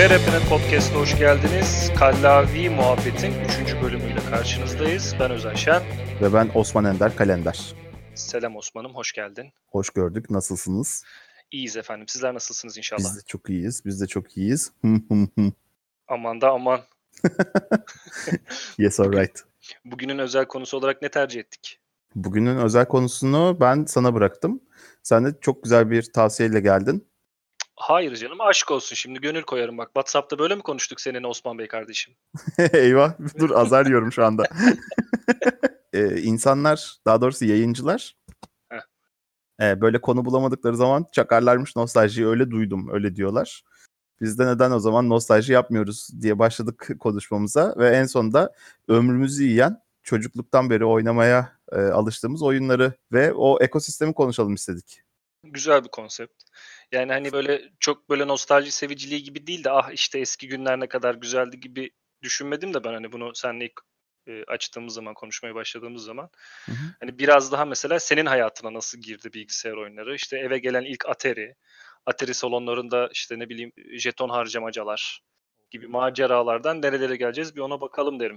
TRP'nin Podcast'a hoş geldiniz. Kallavi Muhabbet'in 3. bölümüyle karşınızdayız. Ben Özel Şen. Ve ben Osman Ender Kalender. Selam Osman'ım, hoş geldin. Hoş gördük. Nasılsınız? İyiyiz efendim. Sizler nasılsınız inşallah? Biz de çok iyiyiz. Biz de çok iyiyiz. Aman da aman. Yes, alright. Bugünün özel konusu olarak ne tercih ettik? Bugünün özel konusunu ben sana bıraktım. Sen de çok güzel bir tavsiyeyle geldin. Hayır canım, aşk olsun, şimdi gönül koyarım bak. WhatsApp'ta böyle mi konuştuk seninle Osman Bey kardeşim? Eyvah, dur azar yiyorum şu anda. İnsanlar, daha doğrusu yayıncılar böyle konu bulamadıkları zaman çakarlarmış nostaljiyi, öyle duydum, öyle diyorlar. Biz de neden o zaman nostalji yapmıyoruz diye başladık konuşmamıza ve en sonunda ömrümüzü yiyen, çocukluktan beri oynamaya alıştığımız oyunları ve o ekosistemi konuşalım istedik. Güzel bir konsept. Yani hani böyle çok böyle nostalji seviciliği gibi değil de işte eski günler ne kadar güzeldi gibi düşünmedim de ben hani bunu seninle ilk açtığımız zaman, konuşmaya başladığımız zaman. Hı-hı. Hani biraz daha mesela senin hayatına nasıl girdi bilgisayar oyunları? İşte eve gelen ilk Atari salonlarında işte ne bileyim jeton harcamacalar gibi maceralardan nerelere geleceğiz bir ona bakalım derim.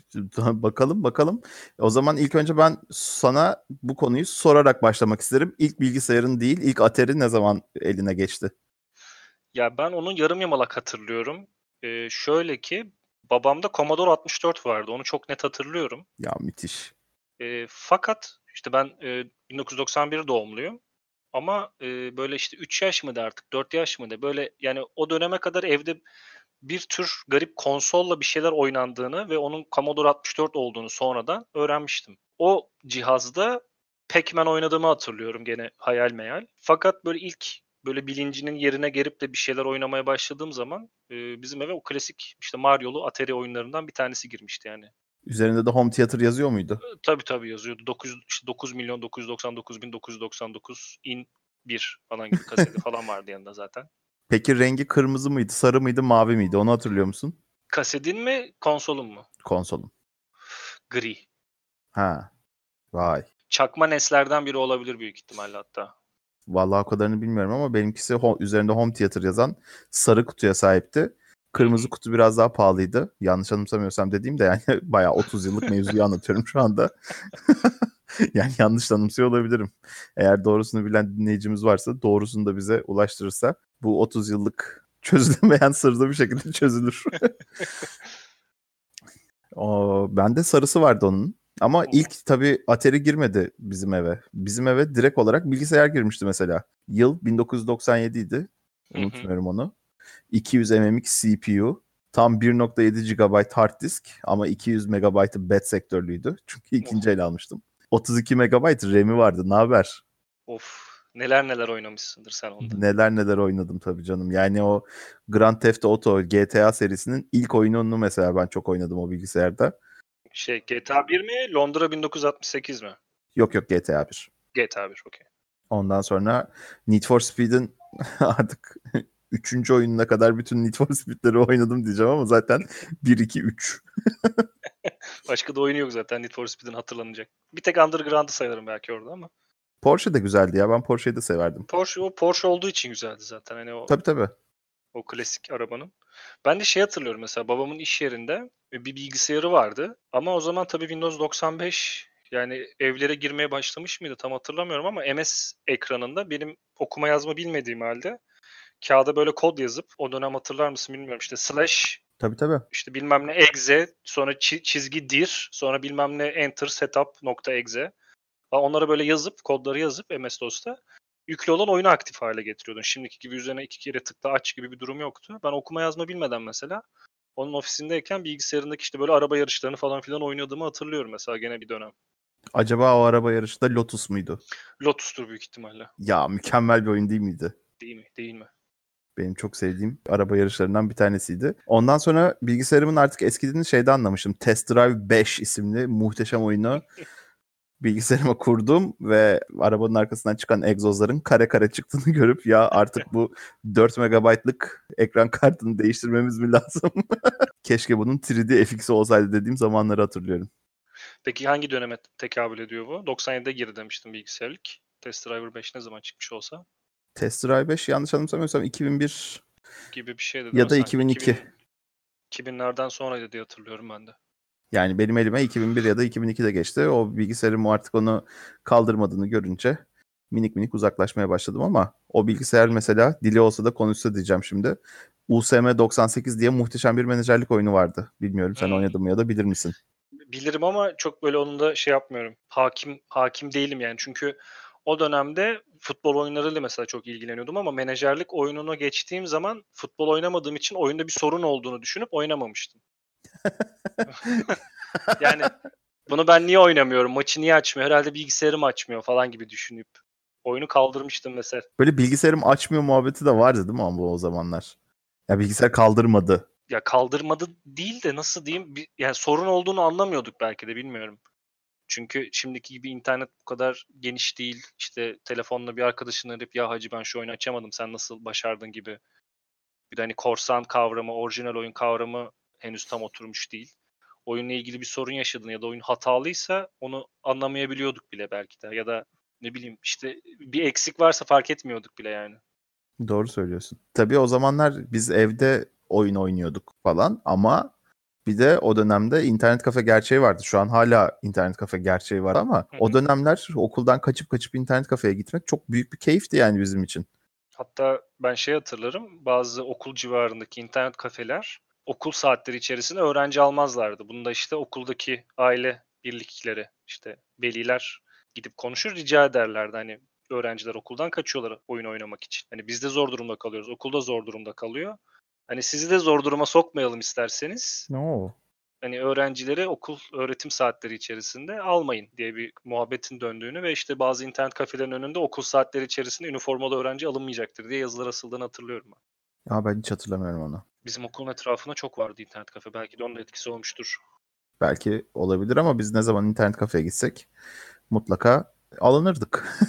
Bakalım. O zaman ilk önce ben sana bu konuyu sorarak başlamak isterim. İlk bilgisayarın değil, ilk Atari ne zaman eline geçti? Ya ben onun yarım yamalak hatırlıyorum. Şöyle ki babamda Commodore 64 vardı. Onu çok net hatırlıyorum. Ya müthiş. Fakat işte ben 1991 doğumluyum. Ama böyle işte 3 yaş mıydı artık 4 yaş mıydı? Böyle yani o döneme kadar evde bir tür garip konsolla bir şeyler oynandığını ve onun Commodore 64 olduğunu sonradan öğrenmiştim. O cihazda Pac-Man oynadığımı hatırlıyorum gene hayal meyal. Fakat böyle ilk böyle bilincinin yerine gelip de bir şeyler oynamaya başladığım zaman bizim eve o klasik işte Mario'lu Atari oyunlarından bir tanesi girmişti yani. Üzerinde de Home Theater yazıyor muydu? Tabii yazıyordu. 9 milyon 999 bin 999 in 1 falan gibi kaseti falan vardı yanında zaten. Peki rengi kırmızı mıydı, sarı mıydı, mavi miydi? Onu hatırlıyor musun? Kasetin mi, konsolun mu? Konsolun. Gri. Ha, vay. Çakma neslerden biri olabilir büyük ihtimalle hatta. Vallahi o kadarını bilmiyorum ama benimkisi üzerinde Home Theater yazan sarı kutuya sahipti. Kırmızı kutu biraz daha pahalıydı. Yanlış anımsamıyorsam dediğim de yani bayağı 30 yıllık mevzuyu anlatıyorum şu anda. Yani yanlış anımsıyor olabilirim. Eğer doğrusunu bilen dinleyicimiz varsa doğrusunu da bize ulaştırırsa bu 30 yıllık çözülemeyen sır da bir şekilde çözülür. Bende sarısı vardı onun. Ama ilk tabii Atari girmedi bizim eve. Bizim eve direkt olarak bilgisayar girmişti mesela. Yıl 1997 idi. Unutmuyorum onu. 200 mm'lik CPU. Tam 1.7 GB hard disk ama 200 MB'ı bed sektörlüydü. Çünkü ikinci el almıştım. 32 MB RAM'i vardı. Ne haber? Of, neler oynamışsındır sen onda. Neler oynadım tabii canım. Yani o Grand Theft Auto GTA serisinin ilk oyununu mesela ben çok oynadım o bilgisayarda. GTA 1 mi? Londra 1968 mi? Yok GTA 1. GTA 1, okey. Ondan sonra Need for Speed'in artık 3. oyununa kadar bütün Need for Speed'leri oynadım diyeceğim ama zaten 1, 2, 3. Başka da oyunu yok zaten Need for Speed'in hatırlanacak. Bir tek Underground'ı sayarım belki orada ama. Porsche de güzeldi ya. Ben Porsche'yi de severdim. Porsche olduğu için güzeldi zaten. Hani o Tabii. O klasik arabanın. Ben de hatırlıyorum mesela babamın iş yerinde bir bilgisayarı vardı. Ama o zaman tabii Windows 95 yani evlere girmeye başlamış mıydı tam hatırlamıyorum ama MS ekranında benim okuma yazma bilmediğim halde kağıda böyle kod yazıp o dönem hatırlar mısın bilmiyorum işte slash Tabii. işte bilmem ne exe sonra çizgi dir sonra bilmem ne enter setup nokta exe. Onları böyle yazıp kodları yazıp MS-DOS'ta yüklü olan oyunu aktif hale getiriyordun. Şimdiki gibi üzerine 2 kere tıkla aç gibi bir durum yoktu. Ben okuma yazma bilmeden mesela onun ofisindeyken bilgisayarındaki işte böyle araba yarışlarını falan filan oynadığımı hatırlıyorum mesela gene bir dönem. Acaba o araba yarışı da Lotus muydu? Lotus'tur büyük ihtimalle. Ya mükemmel bir oyun değil miydi? Değil mi? Benim çok sevdiğim araba yarışlarından bir tanesiydi. Ondan sonra bilgisayarımın artık eskidiğini şeyde anlamışım. Test Drive 5 isimli muhteşem oyunu bilgisayarıma kurdum ve arabanın arkasından çıkan egzozların kare kare çıktığını görüp ya artık bu 4 MB'lık ekran kartını değiştirmemiz mi lazım? Keşke bunun 3D FX'i olsaydı dediğim zamanları hatırlıyorum. Peki hangi döneme tekabül ediyor bu? 97'de girdi demiştim bilgisayarlık. Test Driver 5 ne zaman çıkmış olsa? Test Drive 5 yanlış anımsamıyorsam 2001 gibi bir şeydi değil Ya mi da sanki? 2002. 2000'lerden sonraydı diye hatırlıyorum ben de. Yani benim elime 2001 ya da 2002'de geçti. O bilgisayarım artık onu kaldırmadığını görünce minik minik uzaklaşmaya başladım ama o bilgisayar mesela dili olsa da konuşsa diyeceğim şimdi. USM 98 diye muhteşem bir menajerlik oyunu vardı. Bilmiyorum sen Hmm. oynadın mı ya da bilir misin? Bilirim ama çok böyle onun da şey yapmıyorum. Hakim değilim yani. Çünkü o dönemde futbol oyunlarıyla mesela çok ilgileniyordum ama menajerlik oyununa geçtiğim zaman futbol oynamadığım için oyunda bir sorun olduğunu düşünüp oynamamıştım. Yani bunu ben niye oynamıyorum? Maçı niye açmıyor? Herhalde bilgisayarım açmıyor falan gibi düşünüp oyunu kaldırmıştım mesela. Böyle bilgisayarım açmıyor muhabbeti de vardı değil mi ama o zamanlar? Ya bilgisayar kaldırmadı. Ya kaldırmadı değil de nasıl diyeyim? Yani sorun olduğunu anlamıyorduk belki de bilmiyorum. Çünkü şimdiki gibi internet bu kadar geniş değil. İşte telefonla bir arkadaşını arayıp ya hacı ben şu oyunu açamadım sen nasıl başardın gibi. Bir de hani korsan kavramı, orijinal oyun kavramı henüz tam oturmuş değil. Oyunla ilgili bir sorun yaşadın ya da oyun hatalıysa onu anlamayabiliyorduk bile belki de. Ya da ne bileyim işte bir eksik varsa fark etmiyorduk bile yani. Doğru söylüyorsun. Tabii o zamanlar biz evde oyun oynuyorduk falan ama bir de o dönemde internet kafe gerçeği vardı. Şu an hala internet kafe gerçeği var ama Hı o hı. dönemler okuldan kaçıp internet kafeye gitmek çok büyük bir keyifti yani bizim için. Hatta ben şey hatırlarım, bazı okul civarındaki internet kafeler okul saatleri içerisinde öğrenci almazlardı. Bunda işte okuldaki aile birlikleri, işte veliler gidip konuşur rica ederlerdi. Hani öğrenciler okuldan kaçıyorlar oyun oynamak için. Hani biz de zor durumda kalıyoruz, okulda zor durumda kalıyor. Hani sizi de zor duruma sokmayalım isterseniz. Oo. Hani öğrencileri okul öğretim saatleri içerisinde almayın diye bir muhabbetin döndüğünü ve işte bazı internet kafelerin önünde okul saatleri içerisinde üniformalı öğrenci alınmayacaktır diye yazılar asıldığını hatırlıyorum ben. Ya ben hiç hatırlamıyorum onu. Bizim okulun etrafında çok vardı internet kafe. Belki de onun da etkisi olmuştur. Belki olabilir ama biz ne zaman internet kafeye gitsek mutlaka alınırdık.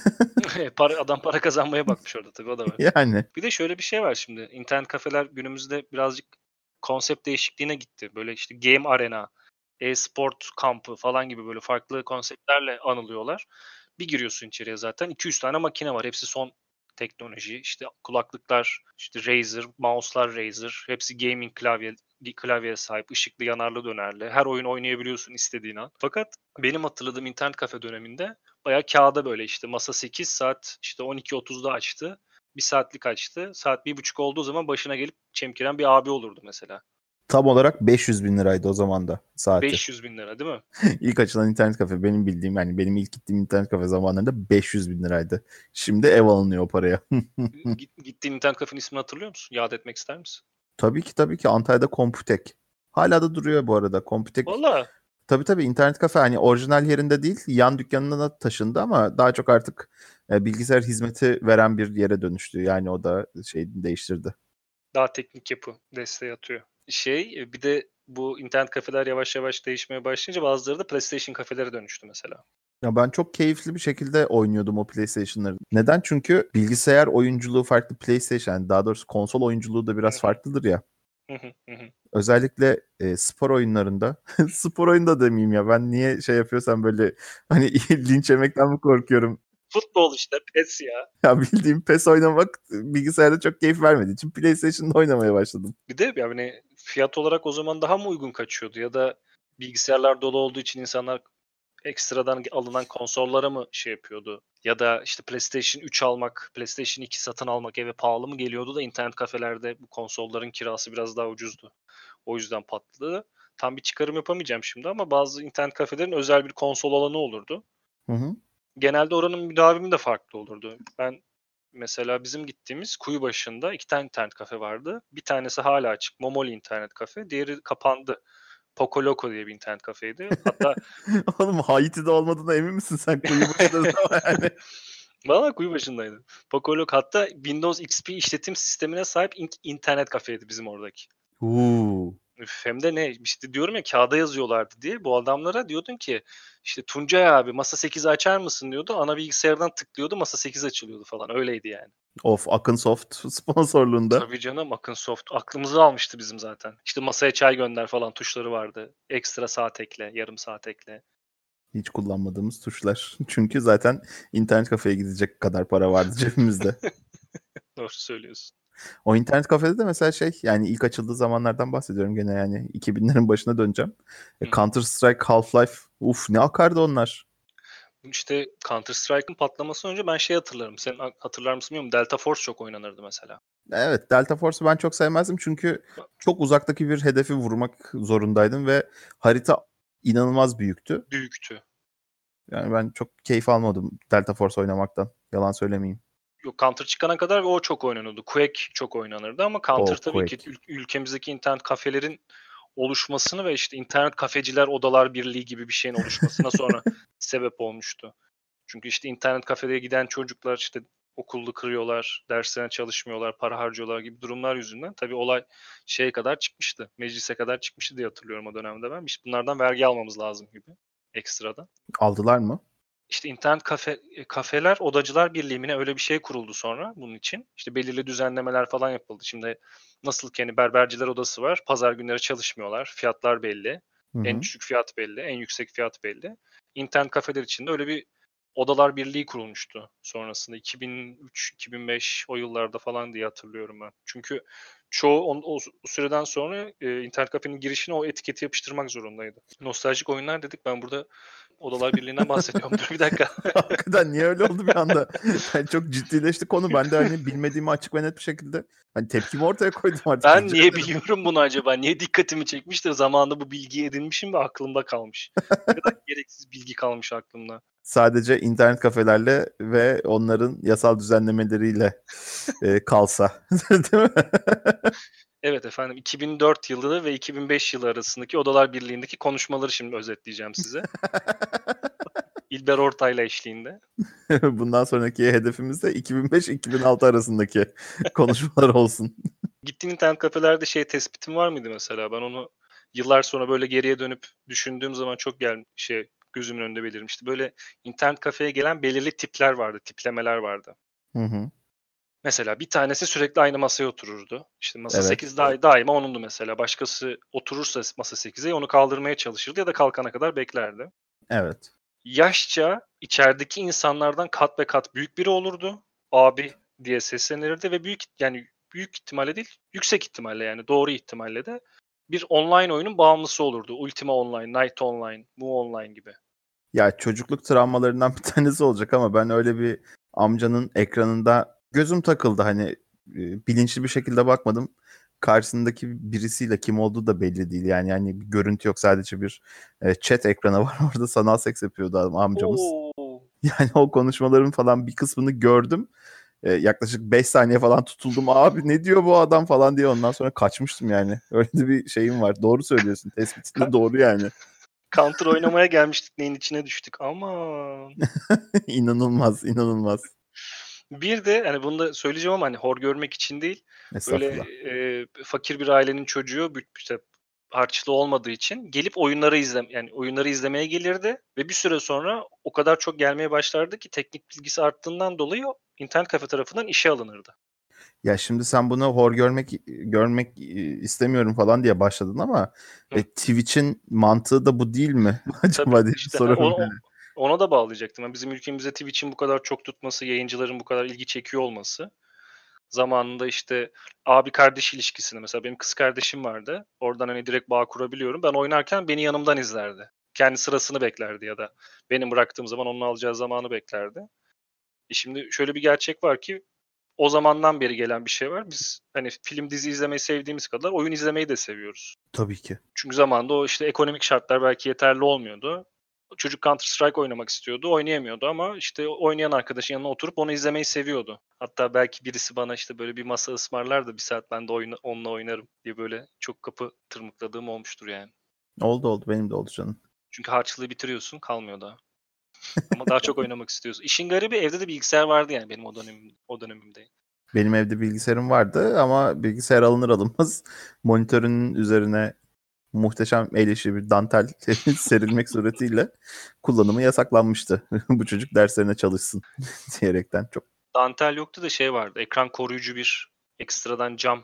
Adam para kazanmaya bakmış orada tabii o da var. Yani. Bir de şöyle bir şey var şimdi. İnternet kafeler günümüzde birazcık konsept değişikliğine gitti. Böyle işte game arena, e-sport kampı falan gibi böyle farklı konseptlerle anılıyorlar. Bir giriyorsun içeriye zaten 200 tane makine var. Hepsi son teknoloji. İşte kulaklıklar, işte Razer, mouse'lar Razer. Hepsi gaming klavyeye sahip, ışıklı, yanarlı, dönerli. Her oyun oynayabiliyorsun istediğin an. Fakat benim hatırladığım internet kafe döneminde bayağı kağıda böyle işte masa 8 saat işte 12.30'da açtı. Bir saatlik açtı. Saat 1.30 olduğu zaman başına gelip çemkiren bir abi olurdu mesela. Tam olarak 500 bin liraydı o zaman da saati. 500 bin lira değil mi? İlk açılan internet kafe benim bildiğim yani benim ilk gittiğim internet kafe zamanlarında 500 bin liraydı. Şimdi ev alınıyor o paraya. Gittiğin internet kafenin ismini hatırlıyor musun? Yad etmek ister misin? Tabii ki Antalya'da Computek. Hala da duruyor bu arada. Computek Valla tabii internet kafe hani orijinal yerinde değil yan dükkanına da taşındı ama daha çok artık bilgisayar hizmeti veren bir yere dönüştü. Yani o da şey değiştirdi. daha teknik yapı desteği atıyor. Bir de bu internet kafeler yavaş yavaş değişmeye başlayınca bazıları da PlayStation kafelere dönüştü mesela. Ya ben çok keyifli bir şekilde oynuyordum o PlayStation'ları. Neden? Çünkü bilgisayar oyunculuğu farklı PlayStation yani daha doğrusu konsol oyunculuğu da Hı biraz hı, farklıdır ya. hı hı, hı hı. Özellikle spor oyunlarında spor oyunda demeyeyim ya ben niye şey yapıyorsam böyle hani linç yemekten mi korkuyorum? Futbol işte PES ya. Ya bildiğim PES oynamak bilgisayarda çok keyif vermediği için PlayStation'da oynamaya başladım. Bir de yani fiyat olarak o zaman daha mı uygun kaçıyordu ya da bilgisayarlar dolu olduğu için insanlar ekstradan alınan konsollara mı şey yapıyordu? Ya da işte PlayStation 3 almak, PlayStation 2 satın almak eve pahalı mı geliyordu da internet kafelerde bu konsolların kirası biraz daha ucuzdu. O yüzden patladı. Tam bir çıkarım yapamayacağım şimdi ama bazı internet kafelerin özel bir konsol alanı olurdu. Hı hı. Genelde oranın müdavimi de farklı olurdu. Ben mesela bizim gittiğimiz Kuyubaşı'nda 2 tane internet kafe vardı. Bir tanesi hala açık. Momoli internet kafe. Diğeri kapandı. Poco Loco diye bir internet kafeydi. Hatta Oğlum Haiti'de olmadığına emin misin sen kuyu başında da yani? valla Kuyubaşı'ndaydı. Poco Loco hatta Windows XP işletim sistemine sahip internet kafeydi bizim oradaki. Uuu. Üf, hem de ne işte diyorum ya kağıda yazıyorlardı diye bu adamlara diyordun ki işte Tuncay abi masa 8'i açar mısın diyordu. Ana bilgisayardan tıklıyordu masa 8 açılıyordu falan öyleydi yani. Of Akınsoft sponsorluğunda. Tabii canım Akınsoft aklımızı almıştı bizim zaten. İşte masaya çay gönder falan tuşları vardı. Ekstra saat ekle, yarım saat ekle. Hiç kullanmadığımız tuşlar. Çünkü zaten internet kafeye gidecek kadar para vardı cebimizde. Doğru söylüyorsun. O internet kafede de mesela yani ilk açıldığı zamanlardan bahsediyorum gene, yani 2000'lerin başına döneceğim. Counter Strike, Half-Life, ne akardı onlar. İşte Counter Strike'ın patlamasından önce ben hatırlarım. Sen hatırlar mısın bilmiyorum. Delta Force çok oynanırdı mesela. Evet, Delta Force'u ben çok sevmezdim çünkü çok uzaktaki bir hedefi vurmak zorundaydım ve harita inanılmaz büyüktü. Büyüktü. Yani ben çok keyif almadım Delta Force oynamaktan. Yalan söylemeyeyim. Yok, Counter çıkana kadar o çok oynanıyordu. Quake çok oynanırdı ama Counter tabii ki Quake. ülkemizdeki internet kafelerin oluşmasını ve işte internet kafeciler odalar birliği gibi bir şeyin oluşmasına sonra sebep olmuştu. Çünkü işte internet kafeye giden çocuklar işte okullu kırıyorlar, derslerine çalışmıyorlar, para harcıyorlar gibi durumlar yüzünden tabii olay kadar çıkmıştı. Meclise kadar çıkmıştı diye hatırlıyorum o dönemde ben. İşte bunlardan vergi almamız lazım gibi ekstradan. Aldılar mı? İşte internet kafeler, odacılar birliği mi ne, öyle bir şey kuruldu sonra bunun için. İşte belirli düzenlemeler falan yapıldı. Şimdi nasıl ki hani berberciler odası var. Pazar günleri çalışmıyorlar. Fiyatlar belli. En Hı-hı. düşük fiyat belli. En yüksek fiyat belli. İnternet kafeler için de öyle bir odalar birliği kurulmuştu sonrasında. 2003-2005 o yıllarda falan diye hatırlıyorum ben. Çünkü çoğu o süreden sonra internet kafenin girişine o etiketi yapıştırmak zorundaydı. Nostaljik oyunlar dedik. Ben burada Odalar Birliği'nden bahsediyorum. Dur bir dakika. Hakikaten niye öyle oldu bir anda? Yani çok ciddileşti konu. Ben de hani bilmediğimi açık ve net bir şekilde hani tepkimi ortaya koydum artık. Ben Rica niye ederim. biliyorum bunu acaba? Niye dikkatimi çekmiştir? Zamanında bu bilgiyi edinmişim ve aklımda kalmış. Ne kadar gereksiz bilgi kalmış aklımda. Sadece internet kafelerle ve onların yasal düzenlemeleriyle kalsa. Değil mi? Evet efendim, 2004 yılı ve 2005 yılı arasındaki Odalar Birliği'ndeki konuşmaları şimdi özetleyeceğim size. İlber Ortaylı eşliğinde. Bundan sonraki hedefimiz de 2005-2006 arasındaki konuşmalar olsun. Gittiğin internet kafelerde tespitin var mıydı mesela? Ben onu yıllar sonra böyle geriye dönüp düşündüğüm zaman çok gözümün önünde belirmişti. Böyle internet kafeye gelen belirli tipler vardı, tiplemeler vardı. Hı hı. Mesela bir tanesi sürekli aynı masaya otururdu. İşte masa Evet. 8 daima onundu mesela. Başkası oturursa masa 8'e onu kaldırmaya çalışırdı ya da kalkana kadar beklerdi. Evet. Yaşça içerideki insanlardan kat be kat büyük biri olurdu. Abi diye seslenirdi ve büyük ihtimalle değil, yüksek ihtimalle yani doğru ihtimalle de bir online oyunun bağımlısı olurdu. Ultima Online, Night Online, Mu Online gibi. Ya çocukluk travmalarından bir tanesi olacak ama ben öyle bir amcanın ekranında gözüm takıldı, hani bilinçli bir şekilde bakmadım. Karşısındaki birisiyle kim olduğu da belli değil. Yani bir görüntü yok, sadece bir chat ekranı var. Orada sanal seks yapıyordu amcamız. Oo. Yani o konuşmaların falan bir kısmını gördüm. Yaklaşık 5 saniye falan tutuldum. Abi ne diyor bu adam falan diye, ondan sonra kaçmıştım yani. Öyle de bir şeyim var. Doğru söylüyorsun. Tespitin de doğru yani. Counter oynamaya gelmiştik, neyin içine düştük. Aman. İnanılmaz, inanılmaz. Bir de hani bunu da söyleyeceğim ama hani hor görmek için değil. Böyle Estağfurullah. fakir bir ailenin çocuğu işte harçlığı olmadığı için gelip oyunları izlemeye gelirdi ve bir süre sonra o kadar çok gelmeye başlardı ki teknik bilgisi arttığından dolayı internet kafe tarafından işe alınırdı. Ya şimdi sen bunu hor görmek istemiyorum falan diye başladın ama Hı. Twitch'in mantığı da bu değil mi? Tabii Acaba diye işte soruyorum yani. ona da bağlayacaktım. Yani bizim ülkemizde Twitch'in bu kadar çok tutması, yayıncıların bu kadar ilgi çekiyor olması. Zamanında işte abi kardeş ilişkisini, mesela benim kız kardeşim vardı. Oradan hani direkt bağ kurabiliyorum. Ben oynarken beni yanımdan izlerdi. Kendi sırasını beklerdi ya da benim bıraktığım zaman onun alacağı zamanı beklerdi. Şimdi şöyle bir gerçek var ki o zamandan beri gelen bir şey var. Biz hani film dizi izlemeyi sevdiğimiz kadar oyun izlemeyi de seviyoruz. Tabii ki. Çünkü zamanında o işte ekonomik şartlar belki yeterli olmuyordu. Çocuk Counter Strike oynamak istiyordu, oynayamıyordu ama işte oynayan arkadaşın yanına oturup onu izlemeyi seviyordu. Hatta belki birisi bana işte böyle bir masa ısmarlar da bir saat ben de onunla oynarım diye böyle çok kapı tırmıkladığım olmuştur yani. Oldu benim de oldu canım. Çünkü harçlığı bitiriyorsun, kalmıyor daha. Ama daha çok oynamak istiyorsun. İşin garibi evde de bilgisayar vardı yani benim o dönemimde. Benim evde bilgisayarım vardı ama bilgisayar alınır alınmaz monitörün üzerine muhteşem el işi bir dantel serilmek suretiyle kullanımı yasaklanmıştı. Bu çocuk derslerine çalışsın diyerekten. Çok Dantel yoktu da vardı. Ekran koruyucu bir ekstradan cam.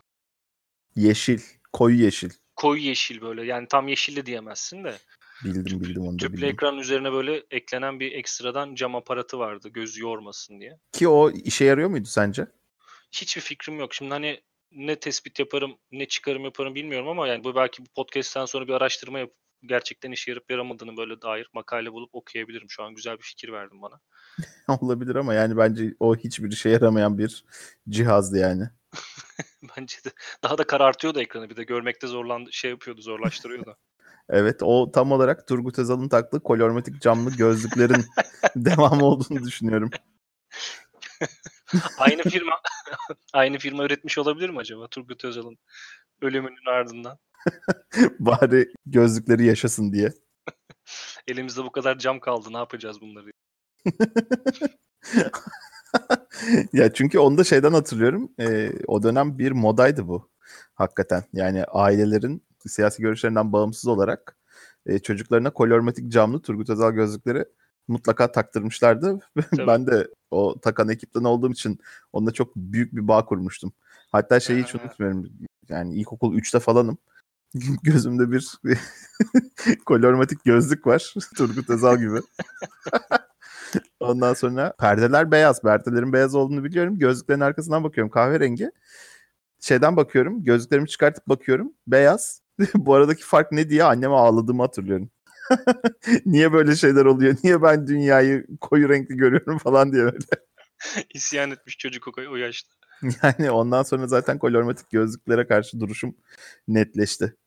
yeşil, koyu yeşil. Koyu yeşil böyle. Yani tam yeşil de diyemezsin de. Bildim onu da Tüplü bildim. ekranın üzerine böyle eklenen bir ekstradan cam aparatı vardı gözü yormasın diye. Ki o işe yarıyor muydu sence? hiçbir fikrim yok. Şimdi hani ne tespit yaparım, ne çıkarım yaparım bilmiyorum ama yani bu belki bu podcast'ten sonra bir araştırma yapıp gerçekten işe yarıp yaramadığını böyle dair makale bulup okuyabilirim. Şu an güzel bir fikir verdin bana. Olabilir ama yani bence o hiçbir işe yaramayan bir cihazdı yani. Bence de daha da karartıyordu ekranı, bir de görmekte yapıyordu, zorlaştırıyordu. Evet, o tam olarak Turgut Özal'ın taktığı kolormatik camlı gözlüklerin devamı olduğunu düşünüyorum. Aynı firma aynı firma üretmiş olabilir mi acaba Turgut Özal'ın ölümünün ardından? Bari gözlükleri yaşasın diye. Elimizde bu kadar cam kaldı, ne yapacağız bunları? Ya çünkü onu da şeyden hatırlıyorum. O dönem bir modaydı bu. Hakikaten. Yani ailelerin siyasi görüşlerinden bağımsız olarak çocuklarına kolormatik camlı Turgut Özal gözlükleri mutlaka taktırmışlardı. Tabii. Ben de o takan ekipten olduğum için onunla çok büyük bir bağ kurmuştum. Hatta şeyi hiç unutmuyorum. Yani ilkokul 3'te falanım. Gözümde bir kolormatik gözlük var. Turgut Özal gibi. Ondan sonra perdeler beyaz. Perdelerin beyaz olduğunu biliyorum. Gözlüklerin arkasından bakıyorum kahverengi. Şeyden bakıyorum. Gözlüklerimi çıkartıp bakıyorum. Beyaz. Bu aradaki fark ne diye anneme ağladığımı hatırlıyorum. Niye böyle şeyler oluyor? Niye ben dünyayı koyu renkli görüyorum falan diye böyle. İsyan etmiş çocuk o yaşta. Yani ondan sonra zaten kolormatik gözlüklere karşı duruşum netleşti.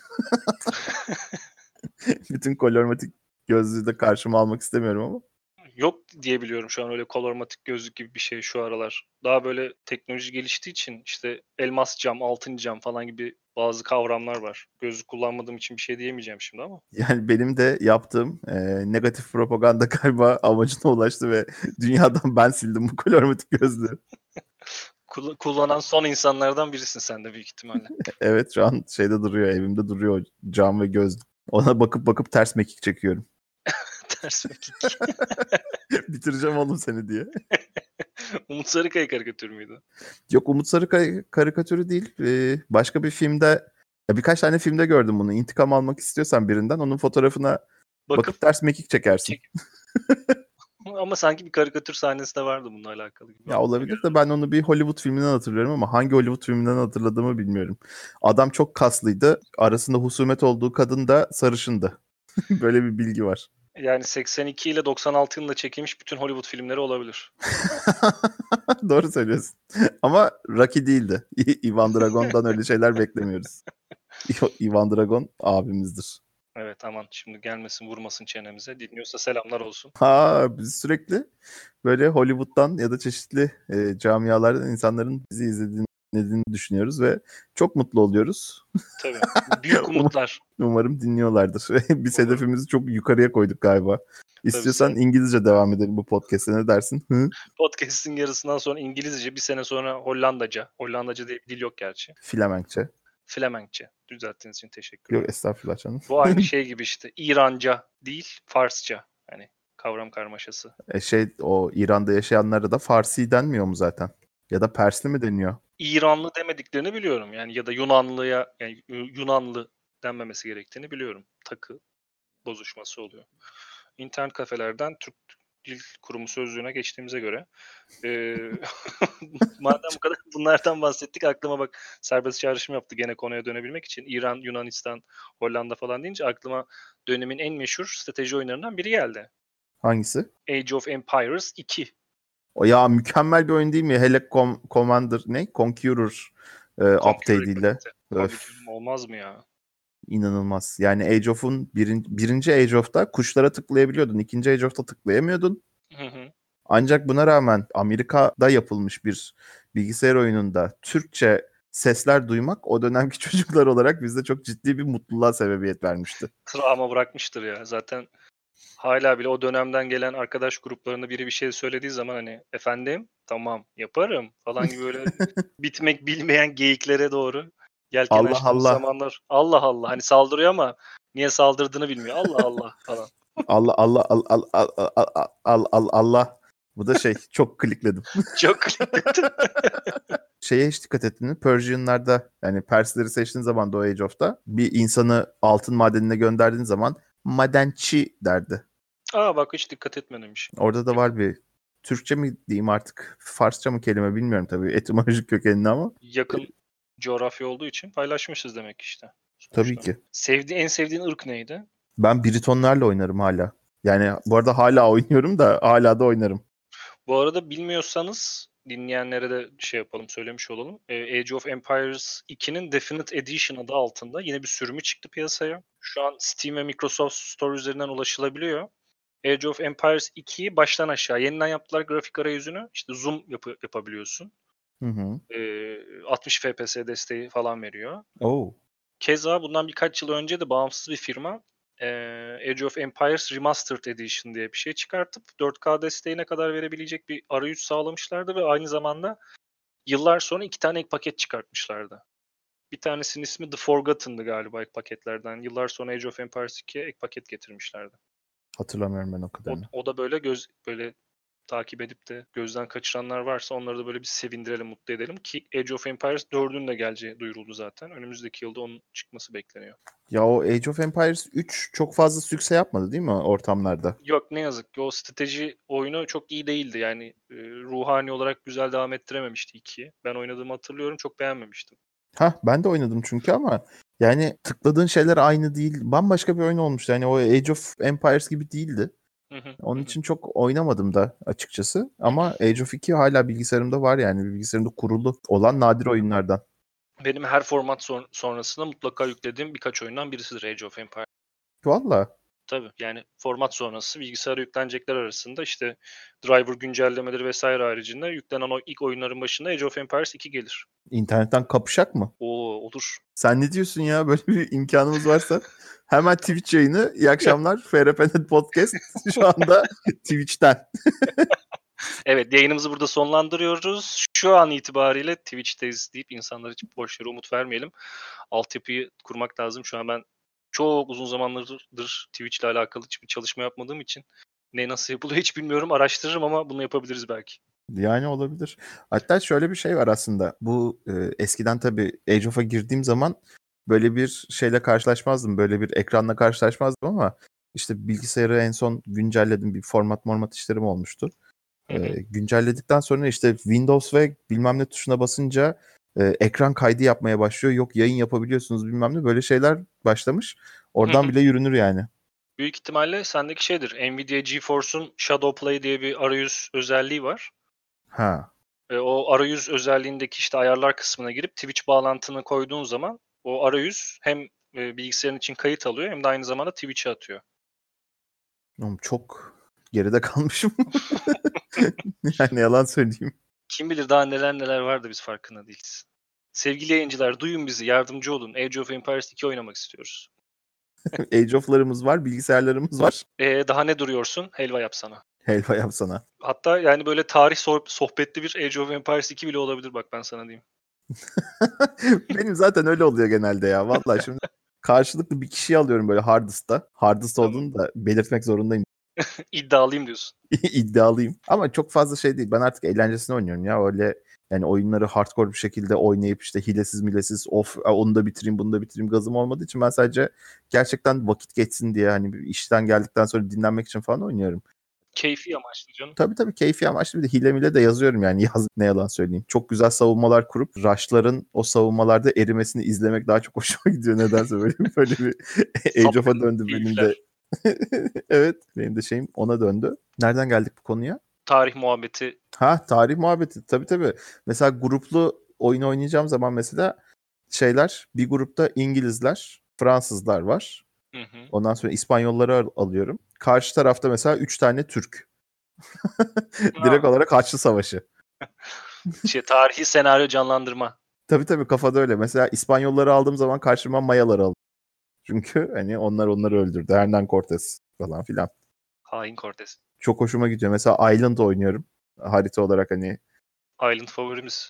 Bütün kolormatik gözlüğü de karşıma almak istemiyorum ama. Yok diye biliyorum şu an öyle kolormatik gözlük gibi bir şey şu aralar. Daha böyle teknoloji geliştiği için işte elmas cam, altın cam falan gibi bazı kavramlar var. Gözlük kullanmadığım için bir şey diyemeyeceğim şimdi ama. Yani benim de yaptığım negatif propaganda galiba amacına ulaştı ve dünyadan ben sildim bu kolormatik gözlüğü. Kullanan son insanlardan birisin sen de büyük ihtimalle. Evet, şu an şeyde duruyor, evimde duruyor o cam ve gözlük. Ona bakıp bakıp ters mekik çekiyorum. Ters mekik. Bitireceğim oğlum seni diye. Umut Sarıkaya karikatürü müydü? Yok, Umut Sarıkaya karikatürü değil. Başka bir filmde, birkaç tane filmde gördüm bunu. İntikam almak istiyorsan birinden onun fotoğrafına bakıp ters mekik çekersin. Ama sanki bir karikatür sahnesi de vardı bununla alakalı gibi. Ya olabilir de ben onu bir Hollywood filminden hatırlıyorum ama hangi Hollywood filminden hatırladığımı bilmiyorum. Adam çok kaslıydı. Arasında husumet olduğu kadın da sarışındı. Böyle bir bilgi var. Yani 82 ile 96 yılında çekilmiş bütün Hollywood filmleri olabilir. Doğru söylüyorsun. Ama Rocky değildi. Ivan Drago'ndan öyle şeyler beklemiyoruz. Ivan Dragon abimizdir. Evet, aman şimdi gelmesin vurmasın çenemize. Dinliyorsa selamlar olsun. Biz sürekli böyle Hollywood'dan ya da çeşitli camialardan insanların bizi izlediğini düşünüyoruz ve çok mutlu oluyoruz. Tabii. Büyük umutlar. Umarım dinliyorlardır. Biz hedefimizi çok yukarıya koyduk galiba. İstiyorsan İngilizce devam edelim bu podcast'e, ne dersin? Hı? Podcast'in yarısından sonra İngilizce, bir sene sonra Hollandaca. Hollandaca diye bir dil yok gerçi. Flemenkçe. Flemenkçe. Düzelttiğiniz için teşekkürler. Yok estağfurullah canım. Bu aynı şey gibi işte. İranca değil, Farsça. Hani kavram karmaşası. O İran'da yaşayanlara da Farsi denmiyor mu zaten? Ya da Persli mi deniyor? İranlı demediklerini biliyorum. Yani ya da Yunanlıya, yani Yunanlı denmemesi gerektiğini biliyorum. Takı bozuşması oluyor. İnternet kafelerden Türk Dil Kurumu sözlüğüne geçtiğimize göre madem bu kadar bunlardan bahsettik, aklıma bak serbest çağrışım yaptı gene konuya dönebilmek için. İran, Yunanistan, Hollanda falan deyince aklıma dönemin en meşhur strateji oyunlarından biri geldi. Hangisi? Age of Empires 2. O ya mükemmel bir oyun değil mi? Hele Commander Conqueror update ile. Olmaz mı ya? İnanılmaz. Yani Age of'un birinci Age of'ta kuşlara tıklayabiliyordun. İkinci Age of'ta tıklayamıyordun. Hı hı. Ancak buna rağmen Amerika'da yapılmış bir bilgisayar oyununda Türkçe sesler duymak o dönemki çocuklar olarak bizde çok ciddi bir mutluluğa sebebiyet vermişti. Travma bırakmıştır ya. Zaten hala bile o dönemden gelen arkadaş gruplarında biri bir şey söylediği zaman hani efendim tamam yaparım falan gibi böyle bitmek bilmeyen geyiklere doğru yelken Allah açtığımız Allah. zamanlar. Allah Allah, hani saldırıyor ama niye saldırdığını bilmiyor. Allah Allah falan. Allah Allah Allah. Bu da çok klikledim. Çok klikledim. Şeye hiç dikkat ettin mi? Persian'larda, yani Persleri seçtiğin zaman da o Age of'ta bir insanı altın madenine gönderdiğin zaman madençi derdi. Bak hiç dikkat etmedim. Orada da var bir Türkçe mi diyeyim artık, Farsça mı kelime bilmiyorum tabii etimolojik kökenini ama. Yakın coğrafya olduğu için paylaşmışız demek işte. Tabii Sonuçta. ki. En sevdiğin ırk neydi? Ben Britonlarla oynarım hala. Yani bu arada hala oynuyorum da hala da oynarım. Bu arada bilmiyorsanız dinleyenlere de söylemiş olalım. Age of Empires 2'nin Definite Edition adı altında yine bir sürümü çıktı piyasaya. Şu an Steam ve Microsoft Store üzerinden ulaşılabiliyor. Age of Empires 2'yi baştan aşağı yeniden yaptılar grafik arayüzünü. İşte zoom yapabiliyorsun. Hı hı. 60 FPS desteği falan veriyor. Oh. Keza bundan birkaç yıl önce de bağımsız bir firma Age of Empires Remastered Edition diye bir şey çıkartıp 4K desteğine kadar verebilecek bir arayüz sağlamışlardı ve aynı zamanda yıllar sonra 2 tane ek paket çıkartmışlardı. Bir tanesinin ismi The Forgotten'dı galiba ek paketlerden. Yıllar sonra Age of Empires 2'ye ek paket getirmişlerdi. Hatırlamıyorum ben o kadarını. O da böyle takip edip de gözden kaçıranlar varsa onları da böyle bir sevindirelim, mutlu edelim ki Age of Empires 4'ün de geleceği duyuruldu zaten. Önümüzdeki yılda onun çıkması bekleniyor. Ya o Age of Empires 3 çok fazla sükse yapmadı değil mi ortamlarda? Yok ne yazık ki o strateji oyunu çok iyi değildi. Yani ruhani olarak güzel devam ettirememişti 2'yi. Ben oynadığımı hatırlıyorum, çok beğenmemiştim. Ben de oynadım çünkü ama yani tıkladığın şeyler aynı değil. Bambaşka bir oyun olmuştu. Yani o Age of Empires gibi değildi. Onun için çok oynamadım da açıkçası. Ama Age of 2 hala bilgisayarımda var yani. Bilgisayarımda kurulu olan nadir oyunlardan. Benim her format sonrasında mutlaka yüklediğim birkaç oyundan birisidir Age of Empires. Valla. Tabii yani format sonrası bilgisayara yüklenecekler arasında işte driver güncellemeleri vesaire haricinde yüklenen o ilk oyunların başında Age of Empires 2 gelir. İnternetten kapışak mı? Olur. Sen ne diyorsun ya? Böyle bir imkanımız varsa hemen Twitch yayını. İyi akşamlar. FRPNet Podcast şu anda Twitch'ten. Evet, yayınımızı burada sonlandırıyoruz. Şu an itibariyle Twitch'teyiz deyip insanlara hiç boş yere umut vermeyelim. Altyapıyı kurmak lazım. Şu an ben çok uzun zamanlardır Twitch ile alakalı hiçbir çalışma yapmadığım için ne nasıl yapılıyor hiç bilmiyorum. Araştırırım ama bunu yapabiliriz belki. Yani olabilir. Hatta şöyle bir şey var aslında. Bu eskiden tabii Age of'a girdiğim zaman böyle bir şeyle karşılaşmazdım. Böyle bir ekranla karşılaşmazdım ama işte bilgisayarı en son güncelledim. Bir format işlerim olmuştu. Güncelledikten sonra işte Windows ve bilmem ne tuşuna basınca ekran kaydı yapmaya başlıyor. Yok yayın yapabiliyorsunuz bilmem ne. Böyle şeyler başlamış. Oradan bile yürünür yani. Büyük ihtimalle sendeki şeydir. Nvidia GeForce'un Shadowplay diye bir arayüz özelliği var. Ha. O arayüz özelliğindeki işte ayarlar kısmına girip Twitch bağlantını koyduğun zaman o arayüz hem bilgisayarın için kayıt alıyor hem de aynı zamanda Twitch'e atıyor. Oğlum çok geride kalmışım. Yani yalan söyleyeyim. Kim bilir daha neler vardı biz farkında değiliz. Sevgili yayıncılar duyun bizi, yardımcı olun. Age of Empires 2 oynamak istiyoruz. Age of'larımız var, bilgisayarlarımız var. Daha ne duruyorsun? Helva yapsana. Helva yapsana. Hatta yani böyle tarih sohbetli bir Age of Empires 2 bile olabilir bak ben sana diyeyim. Benim zaten öyle oluyor genelde ya. Vallahi şimdi karşılıklı bir kişiyi alıyorum böyle Hardest'ta. Hardest olduğunu da belirtmek zorundayım. İddialıyım diyorsun. İddialıyım. Ama çok fazla şey değil. Ben artık eğlencesine oynuyorum ya. Öyle yani oyunları hardcore bir şekilde oynayıp işte hilesiz onu da bitireyim bunu da bitireyim gazım olmadığı için ben sadece gerçekten vakit geçsin diye hani işten geldikten sonra dinlenmek için falan oynuyorum. Keyfi amaçlı canım. Tabii keyfi amaçlı bir de hile de yazıyorum yani ne yalan söyleyeyim. Çok güzel savunmalar kurup rush'ların o savunmalarda erimesini izlemek daha çok hoşuma gidiyor nedense böyle bir Age of'a döndü benim de. Evet benim de şeyim ona döndü. Nereden geldik bu konuya? Tarih muhabbeti. Tarih muhabbeti tabii. Mesela gruplu oyun oynayacağım zaman mesela bir grupta İngilizler, Fransızlar var. Ondan sonra İspanyolları alıyorum. Karşı tarafta mesela 3 tane Türk. Direkt olarak Haçlı Savaşı. Tarihi senaryo canlandırma. Tabii kafada öyle. Mesela İspanyolları aldığım zaman karşıma Mayaları aldım. Çünkü hani onlar onları öldürdü. Hernán Cortés falan filan. Hain Cortés. Çok hoşuma gidiyor. Mesela Island oynuyorum. Harita olarak hani. Island favorimiz.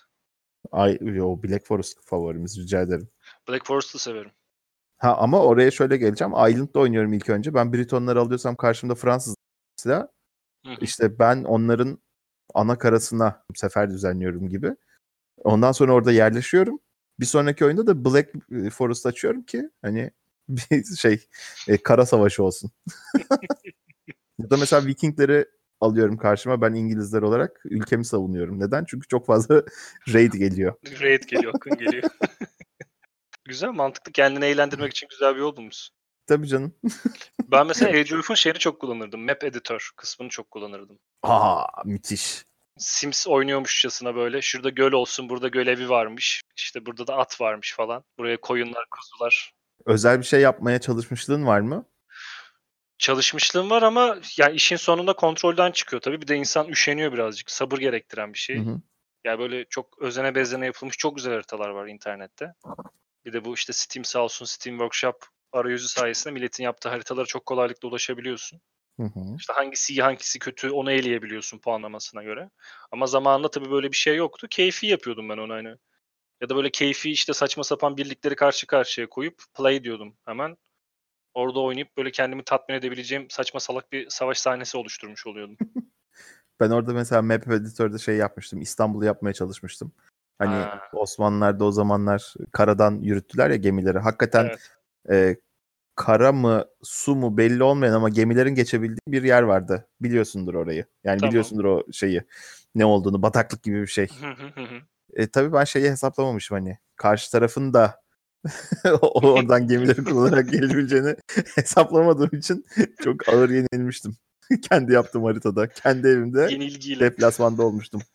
Black Forest favorimiz rica ederim. Black Forest'ı severim. Ama oraya şöyle geleceğim. Island'da oynuyorum ilk önce. Ben Britonları alıyorsam karşımda Fransız mesela. İşte ben onların ana karasına sefer düzenliyorum gibi. Ondan sonra orada yerleşiyorum. Bir sonraki oyunda da Black Forest açıyorum ki hani bir kara savaşı olsun. Ya da mesela Vikingleri alıyorum karşıma. Ben İngilizler olarak ülkemi savunuyorum. Neden? Çünkü çok fazla raid geliyor. Raid geliyor, akın geliyor. Güzel, mantıklı. Kendini eğlendirmek için güzel bir yol bulmuşsun. Tabii canım. Ben mesela Age of şeyini çok kullanırdım. Map Editor kısmını çok kullanırdım. Müthiş. Sims oynuyormuşçasına böyle şurada göl olsun, burada göl evi varmış. İşte burada da at varmış falan. Buraya koyunlar, kuzular. Özel bir şey yapmaya çalışmışlığın var mı? Çalışmışlığım var ama yani işin sonunda kontrolden çıkıyor tabii. Bir de insan üşeniyor birazcık. Sabır gerektiren bir Hı şey. hı. Yani böyle çok özene bezene yapılmış çok güzel haritalar var internette. Bir de bu işte Steam sağ olsun, Steam Workshop arayüzü sayesinde milletin yaptığı haritalara çok kolaylıkla ulaşabiliyorsun. Hı hı. İşte hangisi iyi hangisi kötü onu eleyebiliyorsun puanlamasına göre. Ama zamanında tabii böyle bir şey yoktu. Keyfi yapıyordum ben onu hani. Ya da böyle keyfi işte saçma sapan birlikleri karşı karşıya koyup play diyordum hemen. Orada oynayıp böyle kendimi tatmin edebileceğim saçma salak bir savaş sahnesi oluşturmuş oluyordum. Ben orada mesela Map Editor'da şey yapmıştım. İstanbul'u yapmaya çalışmıştım. Hani Ha, Osmanlılar'da o zamanlar karadan yürüttüler ya gemileri. Hakikaten evet. kara mı su mu belli olmayan ama gemilerin geçebildiği bir yer vardı. Biliyorsundur orayı. Yani Tamam. biliyorsundur o şeyi. Ne olduğunu. Bataklık gibi bir şey. Hı hı hı hı. Tabii ben şeyi hesaplamamışım hani. Karşı tarafın da oradan gemileri kullanarak gelebileceğini hesaplamadığım için çok ağır yenilmiştim. Kendi yaptığım haritada. Kendi evimde Yenilgiyle. deplasmanda olmuştum.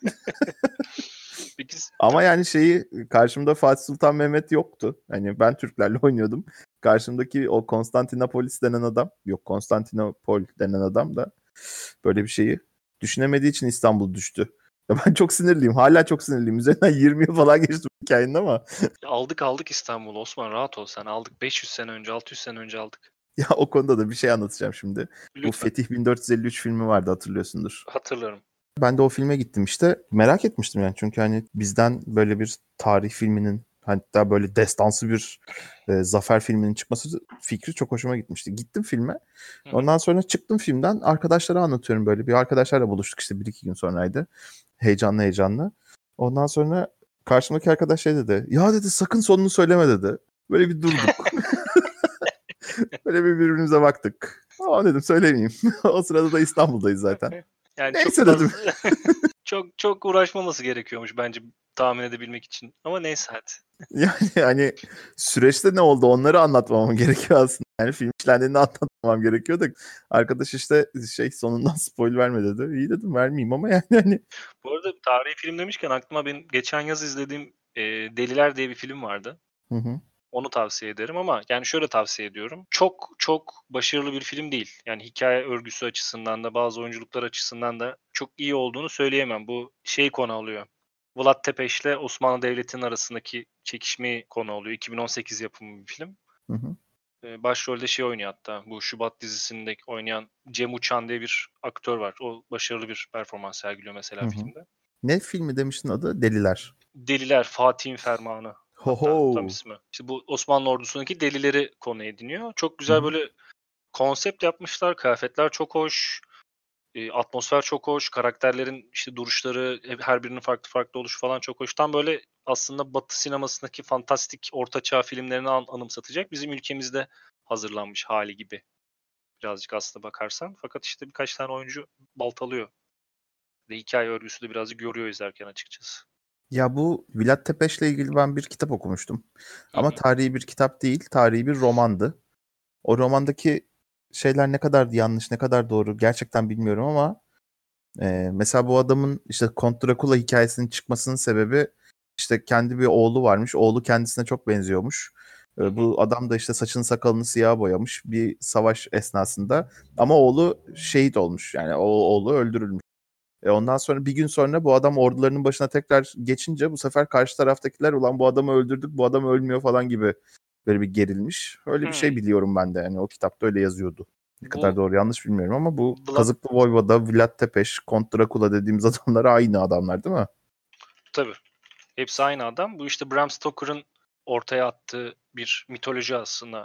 Peki Ama yani şeyi karşımda Fatih Sultan Mehmet yoktu. Hani ben Türklerle oynuyordum. Karşımdaki o Konstantinopolis denen adam, yok Konstantinopol denen adam da böyle bir şeyi düşünemediği için İstanbul düştü. Ya ben çok sinirliyim. Hala çok sinirliyim. Üzerinden 20 yıl falan geçti bu hikayenin ama aldık İstanbul'u Osman, rahat ol sen. Aldık 500 sene önce 600 sene önce aldık. ya o konuda da bir şey anlatacağım şimdi. Bu Lütfen. Fetih 1453 filmi vardı, hatırlıyorsundur. Hatırlarım. Ben de o filme gittim işte. Merak etmiştim yani. Çünkü hani bizden böyle bir tarih filminin, hatta böyle destansı bir zafer filminin çıkması fikri çok hoşuma gitmişti. Gittim filme. Hı hı. Ondan sonra çıktım filmden. Arkadaşlara anlatıyorum böyle. Bir arkadaşlarla buluştuk işte 1-2 gün sonraydı. Heyecanlı heyecanlı. Ondan sonra karşımdaki arkadaş şey dedi. Ya dedi sakın sonunu söyleme dedi. Böyle bir durduk. Böyle bir birbirimize baktık. Aa dedim söylemeyeyim. O sırada da İstanbul'dayız zaten. Yani çok Neyse dedim. fazla çok uğraşmaması gerekiyormuş bence tahmin edebilmek için. Ama neyse hadi. Yani hani süreçte ne oldu onları anlatmamam gerekiyor aslında. Yani film işlendiğini anlatmamam gerekiyor da arkadaş işte şey sonundan spoil verme dedi. İyi dedim vermeyeyim ama yani hani. Bu arada tarihi film demişken aklıma benim geçen yaz izlediğim Deliler diye bir film vardı. Hı hı. Onu tavsiye ederim ama yani şöyle tavsiye ediyorum. Çok çok başarılı bir film değil. Yani hikaye örgüsü açısından da bazı oyunculuklar açısından da çok iyi olduğunu söyleyemem. Bu şey konu alıyor. Vlad Tepes ile Osmanlı Devleti'nin arasındaki çekişmeyi konu alıyor. 2018 yapımı bir film. Hı hı. Başrolde şey oynuyor hatta. Bu Şubat dizisinde oynayan Cem Uçan diye bir aktör var. O başarılı bir performans sergiliyor Hı mesela hı. filmde. Ne filmi demiştin adı? Deliler. Deliler, Fatih'in Fermanı Ho hatta tam ho. ismi. İşte bu Osmanlı ordusundaki delileri konu ediniyor. Çok Hı güzel hı. böyle konsept yapmışlar. Kıyafetler çok hoş. Atmosfer çok hoş. Karakterlerin işte duruşları, her birinin farklı farklı oluşu falan çok hoş. Tam böyle aslında Batı sinemasındaki fantastik ortaçağ filmlerini anımsatacak. Bizim ülkemizde hazırlanmış hali gibi. Birazcık aslında bakarsan. Fakat işte birkaç tane oyuncu baltalıyor. Ve hikaye örgüsü de birazcık yoruyor izlerken açıkçası. Ya bu Vlad Tepes'le ilgili ben bir kitap okumuştum. Hı Ama hı. tarihi bir kitap değil, tarihi bir romandı. O romandaki şeyler ne kadar yanlış, ne kadar doğru gerçekten bilmiyorum ama mesela bu adamın işte Kont Drakula hikayesinin çıkmasının sebebi işte kendi bir oğlu varmış. Oğlu kendisine çok benziyormuş. Hı hı. Bu adam da işte saçını sakalını siyah boyamış bir savaş esnasında. Ama oğlu şehit olmuş. Yani o oğlu öldürülmüş. Ondan sonra bir gün sonra bu adam ordularının başına tekrar geçince bu sefer karşı taraftakiler ulan bu adamı öldürdük bu adam ölmüyor falan gibi böyle bir gerilmiş. Öyle bir şey Hımm. biliyorum ben de. Yani o kitapta öyle yazıyordu. Ne kadar Bu doğru yanlış bilmiyorum ama bu Vlad Kazıklı Voyvoda, Vlad Tepes, Kont Drakula dediğimiz adamlar aynı adamlar değil mi? tabii. Hepsi aynı adam. Bu işte Bram Stoker'ın ortaya attığı bir mitoloji aslında.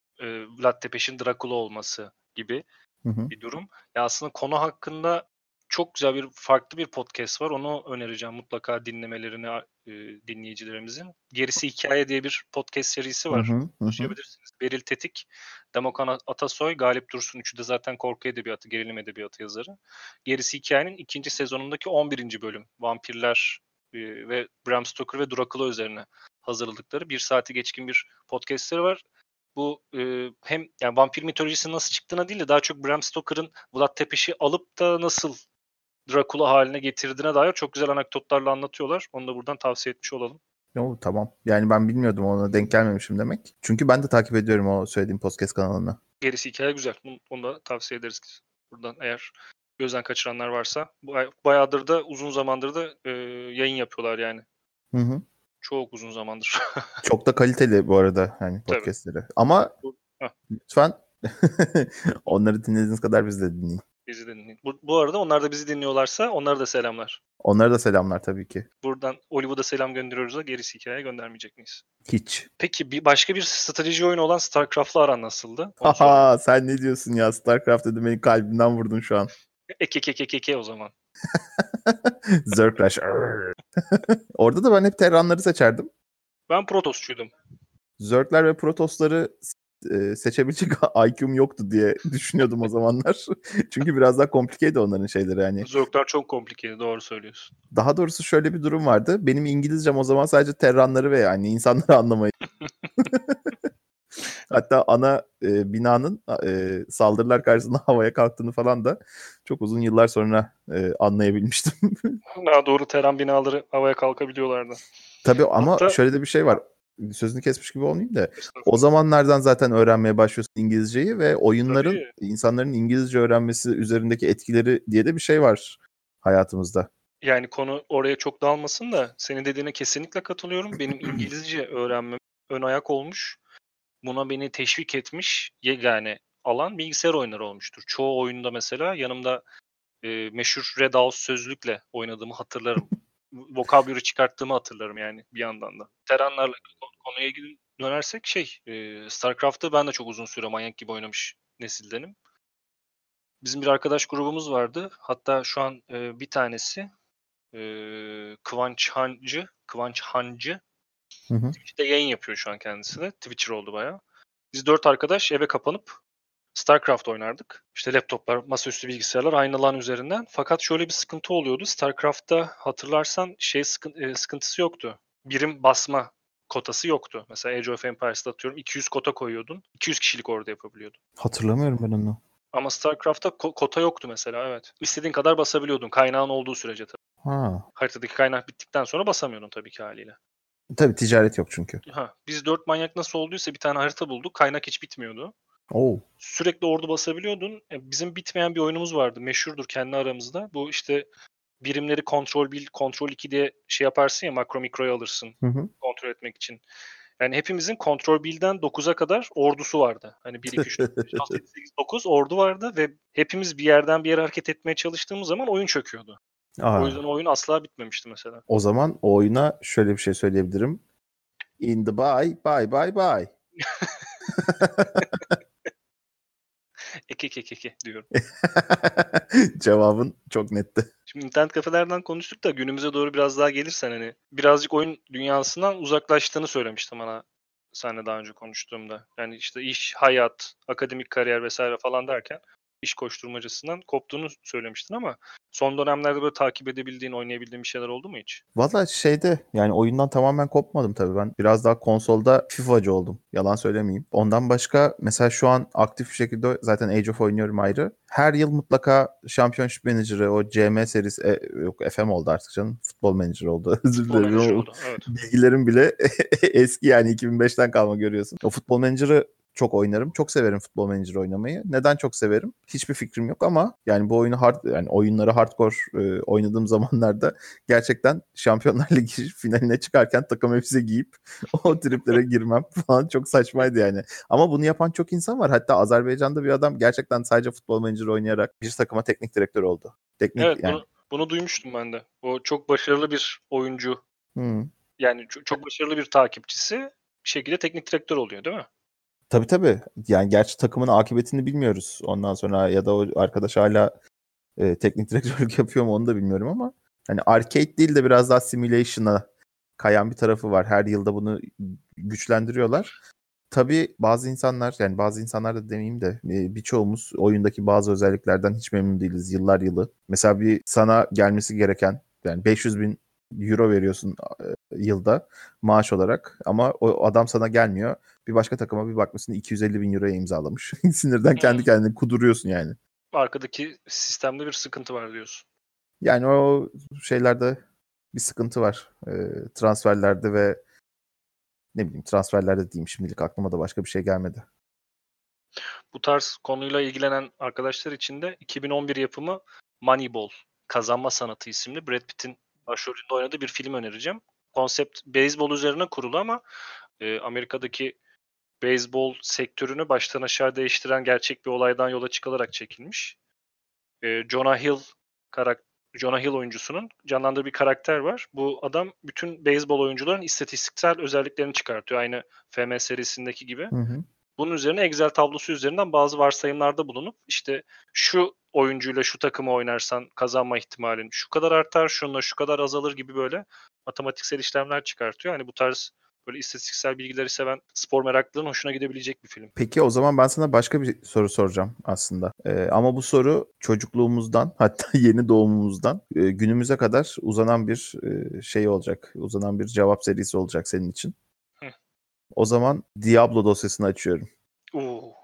Vlad Tepes'in Drakula olması gibi Hı hı. bir durum. Ya aslında konu hakkında çok güzel bir farklı bir podcast var. Onu önereceğim mutlaka dinlemelerini dinleyicilerimizin. Gerisi Hikaye diye bir podcast serisi Hı var. hı, hı hı. Ulaşabilirsiniz. Beril Tetik, Demokan Atasoy, Galip Dursun. Üçü de zaten korku edebiyatı, gerilim edebiyatı yazarı. Gerisi Hikaye'nin 2. sezonundaki 11. bölüm. Vampirler ve Bram Stoker ve Dracula üzerine hazırladıkları 1 saati geçkin bir podcastleri var. Bu hem yani vampir mitolojisi nasıl çıktığına değil de daha çok Bram Stoker'ın Vlad Tepes'i alıp da nasıl Dracula haline getirdiğine dair çok güzel anekdotlarla anlatıyorlar. Onu da buradan tavsiye etmiş olalım. Yo, tamam. Yani ben bilmiyordum, ona denk gelmemişim demek. Çünkü ben de takip ediyorum o söylediğim podcast kanalını. Gerisi hikaye güzel. Onu da tavsiye ederiz buradan, eğer gözden kaçıranlar varsa. Bayağıdır da, uzun zamandır da yayın yapıyorlar yani. Hı hı. Çok uzun zamandır. Çok da kaliteli bu arada hani Tabii. podcastleri. Ama Heh. lütfen onları dinlediğiniz kadar biz de dinleyin. Bizi dinleyin. Bu arada onlar da bizi dinliyorlarsa onlara da selamlar. Onlara da selamlar tabii ki. Buradan Hollywood'a selam gönderiyoruz da gerisi hikaye göndermeyecek miyiz? Hiç. Peki başka bir strateji oyunu olan StarCraft'la aran nasıldı? Haha, sen ne diyorsun ya? StarCraft dedim, beni kalbimden vurdun şu an. Eke o zaman. Zerclash. Orada da ben hep Terranları seçerdim. Ben Protosçuydum. Zergler ve Protosları seçebilecek IQ'm yoktu diye düşünüyordum o zamanlar. Çünkü biraz daha komplikeydi onların şeyleri yani. Zergler çok komplike, doğru söylüyorsun. Daha doğrusu şöyle bir durum vardı. Benim İngilizcem o zaman sadece Terranları ve yani insanları anlamayı. Hatta ana binanın saldırılar karşısında havaya kalktığını falan da çok uzun yıllar sonra anlayabilmiştim. Daha doğru, Terran binaları havaya kalkabiliyorlardı. Tabii ama Hatta, şöyle de bir şey var. Sözünü kesmiş gibi olmayayım da o zamanlardan zaten öğrenmeye başlıyorsun İngilizceyi ve oyunların insanların İngilizce öğrenmesi üzerindeki etkileri diye de bir şey var hayatımızda. Yani konu oraya çok dalmasın da senin dediğine kesinlikle katılıyorum. Benim İngilizce öğrenmem ön ayak olmuş. Buna beni teşvik etmiş yegane alan bilgisayar oyunları olmuştur. Çoğu oyunda mesela yanımda meşhur Red House sözlükle oynadığımı hatırlarım. Vocabulary çıkarttığımı hatırlarım yani bir yandan da. Terranlarla konuya dönersek StarCraft'ı ben de çok uzun süre manyak gibi oynamış nesildenim. Bizim bir arkadaş grubumuz vardı. Hatta şu an bir tanesi Kıvanç Hancı Hı hı. Twitch'te yayın yapıyor şu an kendisi de. Twitcher oldu bayağı. Biz 4 arkadaş eve kapanıp StarCraft oynardık. İşte laptoplar, masaüstü bilgisayarlar aynı LAN üzerinden. Fakat şöyle bir sıkıntı oluyordu. StarCraft'ta hatırlarsan sıkıntısı yoktu. Birim basma kotası yoktu. Mesela Age of Empires'ta atıyorum 200 kota koyuyordun. 200 kişilik orada yapabiliyordun. Hatırlamıyorum ben onu. Ama StarCraft'ta kota yoktu mesela, evet. İstediğin kadar basabiliyordun kaynağın olduğu sürece tabii. Ha. Haritadaki kaynak bittikten sonra basamıyordun tabii ki haliyle. Tabii ticaret yok çünkü. Biz 4 manyak nasıl olduysa bir tane harita bulduk. Kaynak hiç bitmiyordu. Oo. Sürekli ordu basabiliyordun. Bizim bitmeyen bir oyunumuz vardı. Meşhurdur kendi aramızda. Bu işte birimleri Ctrl 1, Ctrl 2 diye şey yaparsın ya, makro mikroyu alırsın Hı hı. kontrol etmek için. Yani hepimizin Ctrl 1'den 9'a kadar ordusu vardı. Hani 1, 2, 3, 4, 5, 6, 7, 8, 9 ordu vardı ve hepimiz bir yerden bir yere hareket etmeye çalıştığımız zaman oyun çöküyordu. O yüzden oyun asla bitmemişti mesela. O zaman o oyuna şöyle bir şey söyleyebilirim. In the bye. Eke diyorum. Cevabın çok netti. Şimdi internet kafelerden konuştuk da günümüze doğru biraz daha gelirsen hani birazcık oyun dünyasından uzaklaştığını söylemiştim bana seninle daha önce konuştuğumda. Yani işte iş, hayat, akademik kariyer vesaire falan derken iş koşturmacasından koptuğunu söylemiştin ama son dönemlerde böyle takip edebildiğin, oynayabildiğin bir şeyler oldu mu hiç? Valla yani oyundan tamamen kopmadım tabii ben. Biraz daha konsolda FIFA'cı oldum. Yalan söylemeyeyim. Ondan başka mesela şu an aktif bir şekilde zaten Age of oynuyorum ayrı. Her yıl mutlaka Championship Manager'ı, o CM serisi, yok FM oldu artık canım. Futbol Manager oldu. Özür dilerim. Evet. Bilgilerim bile eski yani 2005'ten kalma görüyorsun. O Futbol Manager'ı çok oynarım. Çok severim Futbol Manager oynamayı. Neden çok severim? Hiçbir fikrim yok ama yani bu oyunu yani oyunları hardcore oynadığım zamanlarda gerçekten Şampiyonlar Ligi finaline çıkarken takım elbise giyip o triplere girmem falan çok saçmaydı yani. Ama bunu yapan çok insan var. Hatta Azerbaycan'da bir adam gerçekten sadece Futbol Manager oynayarak bir takıma teknik direktör oldu. Evet, yani. bunu duymuştum ben de. O çok başarılı bir oyuncu. Hmm. Yani çok başarılı bir takipçisi bir şekilde teknik direktör oluyor değil mi? Tabii. Yani gerçi takımın akıbetini bilmiyoruz ondan sonra ya da o arkadaş hala Teknik direktörlük yapıyor mu onu da bilmiyorum ama hani arcade değil de biraz daha simulation'a kayan bir tarafı var. Her yılda bunu güçlendiriyorlar. Tabii bazı insanlar da demeyeyim de birçoğumuz oyundaki bazı özelliklerden hiç memnun değiliz yıllar yılı. Mesela bir sana gelmesi gereken yani 500.000 euro veriyorsun yılda maaş olarak ama o adam sana gelmiyor. Bir başka takıma bir bakmışsın 250.000 euroya imzalamış. Sinirden kendi kendine kuduruyorsun yani. Arkadaki sistemde bir sıkıntı var diyorsun. Yani o şeylerde bir sıkıntı var. Transferlerde ve ne bileyim transferlerde diyeyim şimdilik aklıma da başka bir şey gelmedi. Bu tarz konuyla ilgilenen arkadaşlar için de 2011 yapımı Moneyball, Kazanma Sanatı isimli Brad Pitt'in başrolünde oynadığı bir film önereceğim. Konsept beyzbol üzerine kurulu ama Amerika'daki beyzbol sektörünü baştan aşağı değiştiren gerçek bir olaydan yola çıkılarak çekilmiş. Jonah Hill oyuncusunun canlandığı bir karakter var. Bu adam bütün beyzbol oyuncuların istatistiksel özelliklerini çıkartıyor. Aynı FM serisindeki gibi. Hı hı. Bunun üzerine Excel tablosu üzerinden bazı varsayımlarda bulunup işte şu oyuncuyla şu takımı oynarsan kazanma ihtimalin şu kadar artar, şununla şu kadar azalır gibi böyle matematiksel işlemler çıkartıyor. Yani bu tarz böyle istatistiksel bilgileri seven spor meraklılarının hoşuna gidebilecek bir film. Peki o zaman ben sana başka bir soru soracağım aslında. Ama bu soru çocukluğumuzdan hatta yeni doğumumuzdan günümüze kadar uzanan bir şey olacak. Uzanan bir cevap serisi olacak senin için. Hı. O zaman Diablo dosyasını açıyorum. Oo.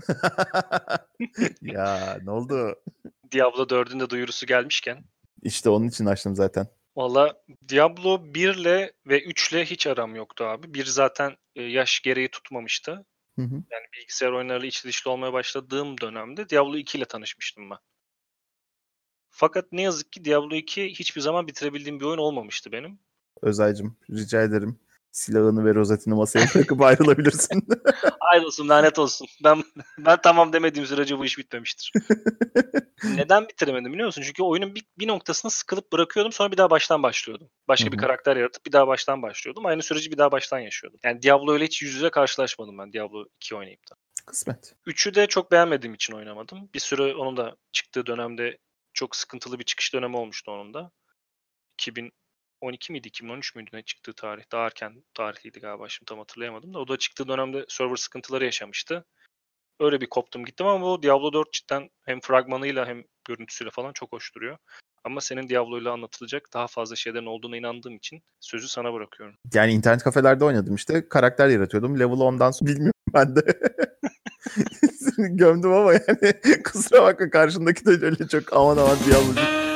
Ya ne oldu? Diablo 4'ün de duyurusu gelmişken. İşte onun için açtım zaten. Valla Diablo 1 ile ve 3 ile hiç aram yoktu abi. 1 zaten yaş gereği tutmamıştı. Hı hı. Yani bilgisayar oyunlarıyla içli dışlı olmaya başladığım dönemde Diablo 2 ile tanışmıştım ben. Fakat ne yazık ki Diablo 2 hiçbir zaman bitirebildiğim bir oyun olmamıştı benim. Özaycığım rica ederim. Silahını ve rozetini masaya bırakıp ayrılabilirsin. Hayır olsun, lanet olsun. Ben tamam demediğim sürece bu iş bitmemiştir. Neden bitiremedim biliyor musun? Çünkü oyunun bir noktasına sıkılıp bırakıyordum, sonra bir daha baştan başlıyordum. Başka bir karakter yaratıp bir daha baştan başlıyordum. Aynı süreci bir daha baştan yaşıyordum. Yani Diablo ile hiç yüz yüze karşılaşmadım ben Diablo 2 oynayıp da. Kısmet. 3'ü de çok beğenmediğim için oynamadım. Bir süre onun da çıktığı dönemde çok sıkıntılı bir çıkış dönemi olmuştu onun da. 2012 miydi, 2013 müydü ne çıktığı tarih? Daha erken tarihliydi galiba, şimdi tam hatırlayamadım da. O da çıktığı dönemde server sıkıntıları yaşamıştı. Öyle bir koptum gittim ama bu Diablo 4 cidden hem fragmanıyla hem görüntüsüyle falan çok hoş duruyor. Ama senin Diablo'yla anlatılacak daha fazla şeylerin olduğuna inandığım için sözü sana bırakıyorum. Yani internet kafelerde oynadım işte. Karakter yaratıyordum. Level 10'dan sonra bilmiyorum ben de. Seni gömdüm ama yani kusura bakma karşındaki de öyle çok aman aman Diablo'cu.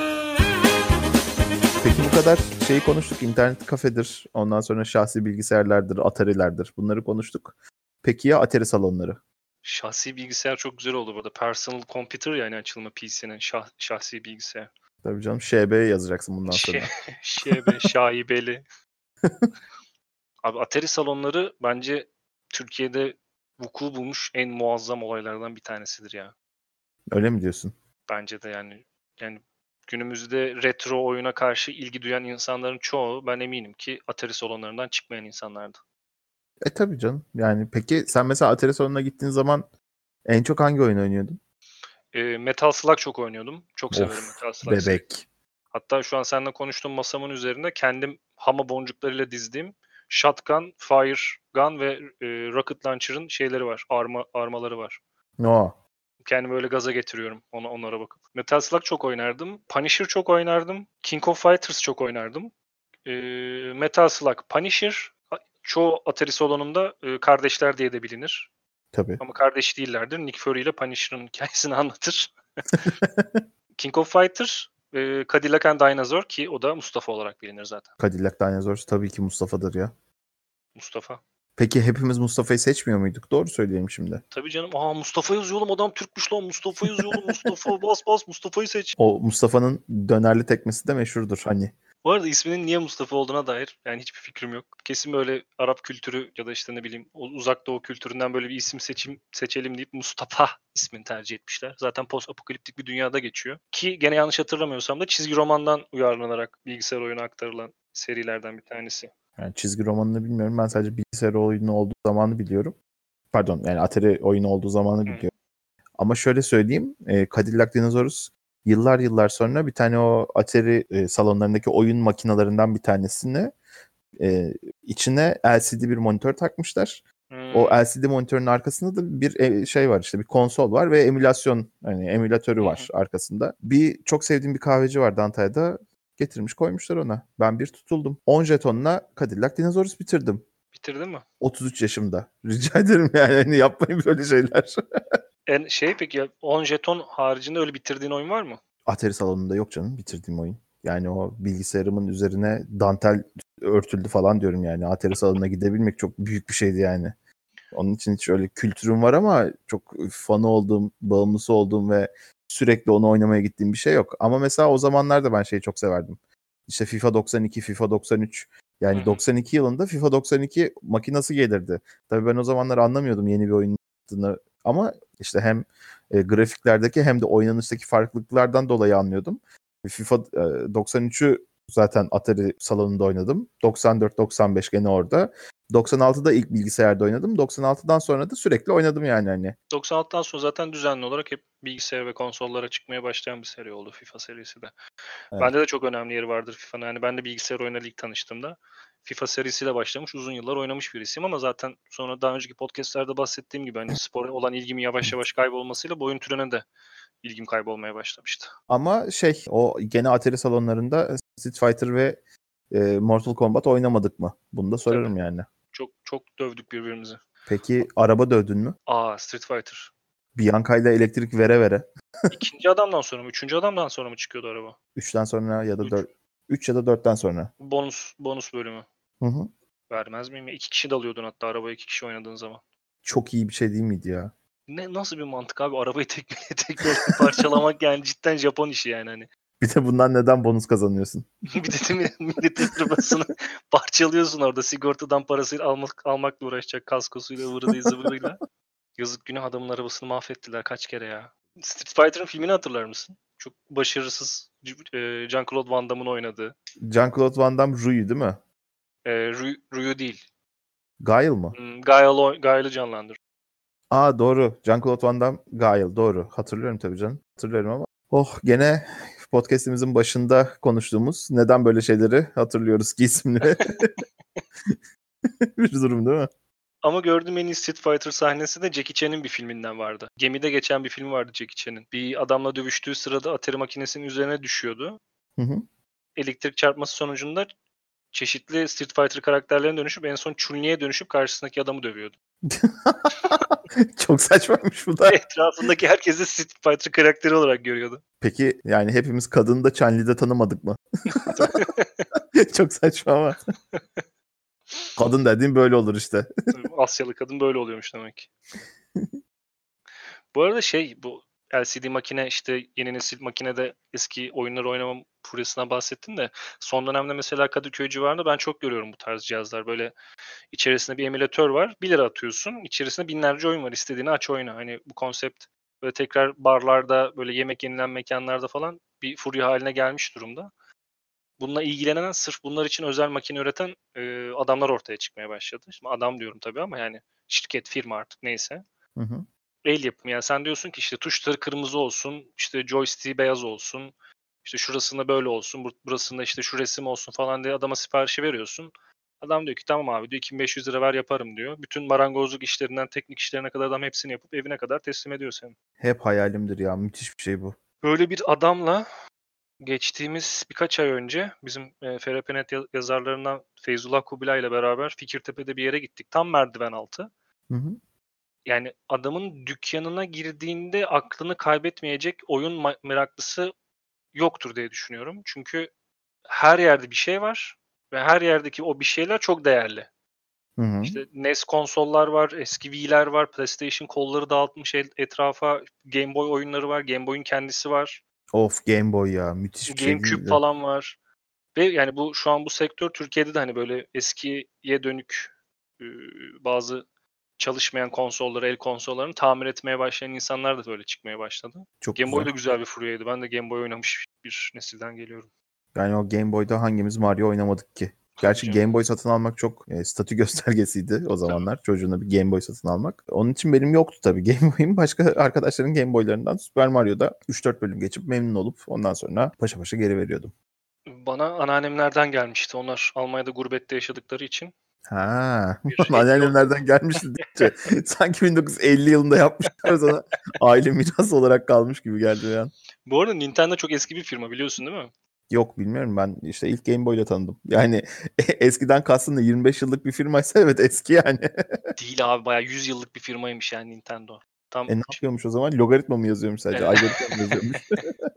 Peki bu kadar şeyi konuştuk. İnternet kafedir. Ondan sonra şahsi bilgisayarlardır, Atari'lerdir. Bunları konuştuk. Peki ya Atari salonları? Şahsi bilgisayar çok güzel oldu burada. Personal computer, yani açılımı PC'nin şahsi bilgisayar. Tabii canım ŞB yazacaksın bundan sonra. Şaibeli. Abi Atari salonları bence Türkiye'de vuku bulmuş en muazzam olaylardan bir tanesidir ya. Öyle mi diyorsun? Bence de yani günümüzde retro oyuna karşı ilgi duyan insanların çoğu, ben eminim ki Atari salonlarından çıkmayan insanlardı. Tabii canım. Yani peki sen mesela Atari salonuna gittiğin zaman en çok hangi oyun oynuyordun? Metal Slug çok oynuyordum. Çok severim Of, Metal Slug serisini. bebek. Hatta şu an seninle konuştuğum masamın üzerinde kendim hama boncuklarıyla dizdiğim Shotgun, Fire Gun ve Rocket Launcher'ın şeyleri var. Armaları var. No. Kendimi öyle gaza getiriyorum onlara bakıp. Metal Slug çok oynardım. Punisher çok oynardım. King of Fighters çok oynardım. Metal Slug, Punisher çoğu Atari salonunda kardeşler diye de bilinir. Tabii. Ama kardeş değillerdir. Nick Fury ile Punisher'ın hikayesini anlatır. King of Fighters, Cadillac and Dinosaur, ki o da Mustafa olarak bilinir zaten. Cadillac Dinosaurs tabii ki Mustafa'dır ya. Mustafa. Peki hepimiz Mustafa'yı seçmiyor muyduk? Doğru söyleyeyim şimdi. Tabii canım. Mustafa yazıyor oğlum, adam Türkmüş lan. Mustafa yazıyor oğlum. Mustafa bas Mustafa'yı seç. O Mustafa'nın dönerli tekmesi de meşhurdur hani. Bu arada isminin niye Mustafa olduğuna dair yani hiçbir fikrim yok. Kesin böyle Arap kültürü ya da işte ne bileyim Uzak Doğu kültüründen böyle bir isim seçelim deyip Mustafa ismini tercih etmişler. Zaten post apokaliptik bir dünyada geçiyor. Ki gene yanlış hatırlamıyorsam da çizgi romandan uyarlanarak bilgisayar oyuna aktarılan serilerden bir tanesi. Yani çizgi romanını bilmiyorum. Ben sadece bilgisayar oyunu olduğu zamanı biliyorum. Pardon yani Atari oyunu olduğu zamanı biliyorum. Ama şöyle söyleyeyim. Cadillac Dinosaurus Yıllar sonra bir tane o Atari salonlarındaki oyun makinalarından bir tanesini içine LCD bir monitör takmışlar. O LCD monitörün arkasında da bir şey var, işte bir konsol var ve emülasyon, hani emülatörü var arkasında. Çok sevdiğim bir kahveci vardı Antalya'da. Getirmiş koymuşlar ona. Ben bir tutuldum. 10 jetonla Cadillac Dinosaurus bitirdim. Bitirdin mi? 33 yaşımda. Rica ederim yani, hani yapmayın böyle şeyler. Peki 10 jeton haricinde öyle bitirdiğin oyun var mı? Atari salonunda yok canım bitirdiğim oyun. Yani o bilgisayarımın üzerine dantel örtüldü falan diyorum yani. Atari salonuna gidebilmek çok büyük bir şeydi yani. Onun için hiç öyle kültürüm var ama çok fanı olduğum, bağımlısı olduğum ve sürekli onu oynamaya gittiğim bir şey yok. Ama mesela o zamanlarda ben şeyi çok severdim. İşte FIFA 92, FIFA 93. Yani 92 yılında FIFA 92 makinası gelirdi. Tabii ben o zamanlar anlamıyordum yeni bir oyun yaptığını. Ama işte hem grafiklerdeki hem de oynanıştaki farklılıklardan dolayı anlıyordum. FIFA 93'ü zaten Atari salonunda oynadım. 94-95 gene orada. 96'da ilk bilgisayarda oynadım. 96'dan sonra da sürekli oynadım yani hani. 96'dan sonra zaten düzenli olarak hep bilgisayar ve konsollara çıkmaya başlayan bir seri oldu FIFA serisi de. Evet. Bende de çok önemli yeri vardır FIFA'nın. Yani ben de bilgisayar oyunuyla ilk tanıştığımda FIFA serisiyle başlamış, uzun yıllar oynamış birisiyim ama zaten sonra daha önceki podcastlerde bahsettiğim gibi hani spora olan ilgimin yavaş yavaş kaybolmasıyla bu oyun türüne de ilgim kaybolmaya başlamıştı. Ama o gene Atari salonlarında Street Fighter ve Mortal Kombat oynamadık mı? Bunu da sorarım Tabii. yani. Çok dövdük birbirimizi. Peki araba dövdün mü? Street Fighter. Bianca'yla elektrik vere vere. İkinci adamdan sonra mı? Üçüncü adamdan sonra mı çıkıyordu araba? 3'ten sonra ya da 4. 3 ya da 4'ten sonra. Bonus bölümü. Hı. Vermez miyim? 2 kişi de alıyordun hatta arabayı 2 kişi oynadığın zaman. Çok iyi bir şey değil miydi ya? Nasıl bir mantık abi? Arabayı tekmeleye parçalamak yani cidden Japon işi yani hani. Bir de bundan neden bonus kazanıyorsun? Bir de milletin arabasını parçalıyorsun orada sigortadan parasıyla almakla uğraşacak kaskosuyla ıvırıyla zıvırıyla. Yazık günah adamın arabasını mahvettiler kaç kere ya. Street Fighter'ın filmini hatırlar mısın? Çok başarısız Jean-Claude Van Damme'ın oynadığı. Jean-Claude Van Damme Rui değil mi? Ryu değil. Guile mı? Guile'ı canlandır. Doğru. Jean-Claude Van Damme Guile. Doğru. Hatırlıyorum tabii canım. Hatırlıyorum ama. Gene podcast'imizin başında konuştuğumuz neden böyle şeyleri hatırlıyoruz ki isimli bir durum değil mi? Ama gördüğüm en iyi Street Fighter sahnesi de Jackie Chan'ın bir filminden vardı. Gemide geçen bir film vardı Jackie Chan'ın. Bir adamla dövüştüğü sırada Atari makinesinin üzerine düşüyordu. Hı. Elektrik çarpması sonucunda çeşitli Street Fighter karakterlerine dönüşüp en son Chun-Li'ye dönüşüp karşısındaki adamı dövüyordu. Çok saçmaymış bu da. Etrafındaki herkesi Street Fighter karakteri olarak görüyordu. Peki yani hepimiz kadını da Chun-Li'de tanımadık mı? Çok saçma ama. Kadın dediğim böyle olur işte. Asyalı kadın böyle oluyormuş demek ki. Bu arada bu LCD makine işte yeni nesil makinede eski oyunları oynamam furyasından bahsettin de son dönemde mesela Kadıköy civarında ben çok görüyorum bu tarz cihazlar. Böyle içerisinde bir emülatör var. 1 lira atıyorsun. İçerisinde binlerce oyun var. İstediğini aç oyna. Hani bu konsept böyle tekrar barlarda böyle yemek yenilen mekanlarda falan bir furya haline gelmiş durumda. Bununla ilgilenen sırf bunlar için özel makine üreten adamlar ortaya çıkmaya başladı. Şimdi adam diyorum tabii ama yani şirket, firma artık neyse. Hı. El yapımı yani sen diyorsun ki işte tuşları kırmızı olsun, işte joystick'i beyaz olsun, işte şurasında böyle olsun, burasında işte şu resim olsun falan diye adama siparişi veriyorsun. Adam diyor ki tamam abi diyor 2500 lira ver yaparım diyor. Bütün marangozluk işlerinden teknik işlerine kadar adam hepsini yapıp evine kadar teslim ediyor senin. Hep hayalimdir ya. Müthiş bir şey bu. Böyle bir adamla geçtiğimiz birkaç ay önce bizim FRP.net yazarlarından Feyzullah Kubilay ile beraber Fikirtepe'de bir yere gittik. Tam merdiven altı. Hı. Yani adamın dükkanına girdiğinde aklını kaybetmeyecek oyun meraklısı yoktur diye düşünüyorum. Çünkü her yerde bir şey var ve her yerdeki o bir şeyler çok değerli. Hı. İşte NES konsollar var, eski Wii'ler var, PlayStation kolları dağıtmış etrafa, Game Boy oyunları var, Game Boy'un kendisi var, Of, Game Boy ya. Müthiş bir şey GameCube değildi. falan var. Ve yani şu an bu sektör Türkiye'de de hani böyle eskiye dönük bazı çalışmayan konsolları, el konsollarını tamir etmeye başlayan insanlar da böyle çıkmaya başladı. Çok Game Boy güzel. da güzel bir furyaydı. Ben de Game Boy oynamış bir nesilden geliyorum. Yani o Game Boy'da hangimiz Mario oynamadık ki? Gerçi Game Boy satın almak çok statü göstergesiydi o zamanlar. Çocuğuna bir Game Boy satın almak. Onun için benim yoktu tabii Game Boy'um. Başka arkadaşların Game Boy'larından Super Mario'da 3-4 bölüm geçip memnun olup ondan sonra paşa paşa geri veriyordum. Bana anneannemlerden gelmişti. Onlar Almanya'da gurbette yaşadıkları için. Ha, Bir hediye anneannemlerden gelmişti deyince sanki 1950 yılında yapmışlar sana aile mirası olarak kalmış gibi geldi bir an. Bu arada Nintendo çok eski bir firma biliyorsun değil mi? Yok bilmiyorum, ben işte ilk Game Boy'la tanıdım. Yani eskiden kastın da 25 yıllık bir firmaysa evet eski yani. Değil abi, bayağı 100 yıllık bir firmaymış yani Nintendo. Tam Ne yapıyormuş o zaman? Logaritma mı yazıyormuş sadece? Evet. Algoritma mı yazıyormuş?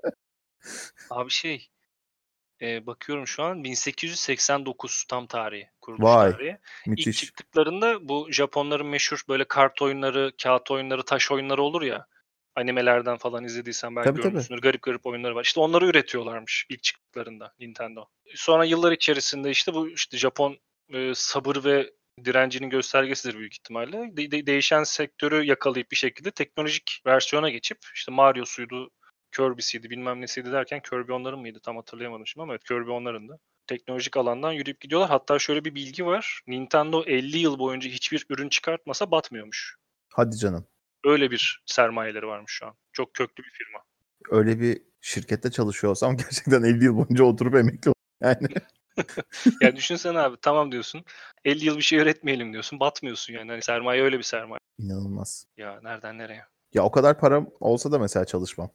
Abi bakıyorum şu an 1889 tam tarihi, kuruluş Vay, tarihi. İlk müthiş. çıktıklarında bu Japonların meşhur böyle kart oyunları, kağıt oyunları, taş oyunları olur ya. Animelerden falan izlediysen belki Tabii tabii. görmüşsündür. Garip garip oyunları var. İşte onları üretiyorlarmış ilk çıktıklarında Nintendo. Sonra yıllar içerisinde işte bu işte Japon sabır ve direncinin göstergesidir büyük ihtimalle. Değişen sektörü yakalayıp bir şekilde teknolojik versiyona geçip işte Mario'suydu, Kirby'siydi, bilmem nesiydi derken Kirby onların mıydı tam hatırlayamadım şimdi ama evet Kirby onların da. Teknolojik alandan yürüyüp gidiyorlar. Hatta şöyle bir bilgi var. Nintendo 50 yıl boyunca hiçbir ürün çıkartmasa batmıyormuş. Hadi canım. Öyle bir sermayeleri varmış şu an. Çok köklü bir firma. Öyle bir şirkette çalışıyor olsam gerçekten 50 yıl boyunca oturup emekli yani. Yani düşünsene abi, tamam diyorsun. 50 yıl bir şey öğretmeyelim diyorsun. Batmıyorsun yani. Hani sermaye öyle bir sermaye. İnanılmaz. Ya nereden nereye? Ya o kadar param olsa da mesela çalışmam.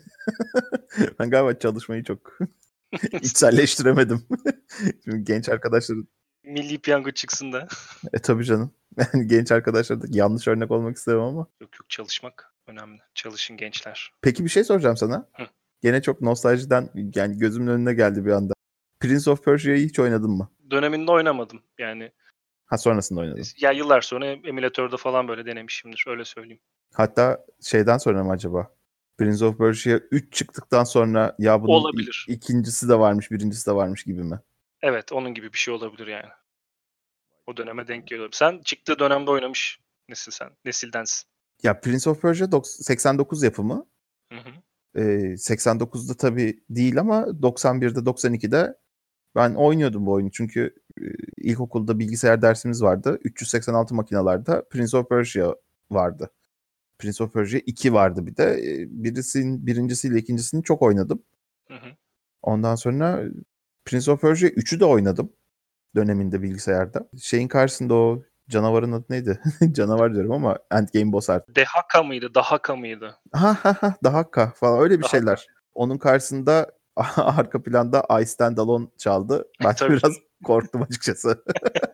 Ben galiba çalışmayı çok içselleştiremedim. Şimdi genç arkadaşların Milli piyango çıksın da. tabii canım. Yani genç arkadaşlar da yanlış örnek olmak istemem ama. Yok yok, çalışmak önemli. Çalışın gençler. Peki bir şey soracağım sana. Hı. Gene çok nostaljiden yani gözümün önüne geldi bir anda. Prince of Persia'yı hiç oynadın mı? Döneminde oynamadım. Yani Ha, sonrasında oynadım. ya yıllar sonra emülatörde falan böyle denemişimdir. Öyle söyleyeyim. Hatta şeyden sonra mı acaba? Prince of Persia 3 çıktıktan sonra ya bunun Olabilir. ikincisi de varmış, birincisi de varmış gibi mi? Evet, onun gibi bir şey olabilir yani. O döneme denk geliyor. Sen çıktığı dönemde oynamış nesildensin. Ya Prince of Persia 89 yapımı. Hı hı. 89'da tabii değil ama 91'de 92'de ben oynuyordum bu oyunu. Çünkü ilkokulda bilgisayar dersimiz vardı. 386 makinalarda Prince of Persia vardı. Prince of Persia 2 vardı bir de. Birincisiyle ikincisini çok oynadım. Hı hı. Ondan sonra Prince of Persia 3'ü de oynadım döneminde bilgisayarda. Şeyin karşısında o canavarın adı neydi? Canavar diyorum ama Endgame boss artık. Dehaka mıydı? Dahaka mıydı? Dahaka falan öyle bir Dahaka. şeyler. Onun karşısında arka planda I Stand Alone çaldı. Ben de Tabii biraz korktum açıkçası.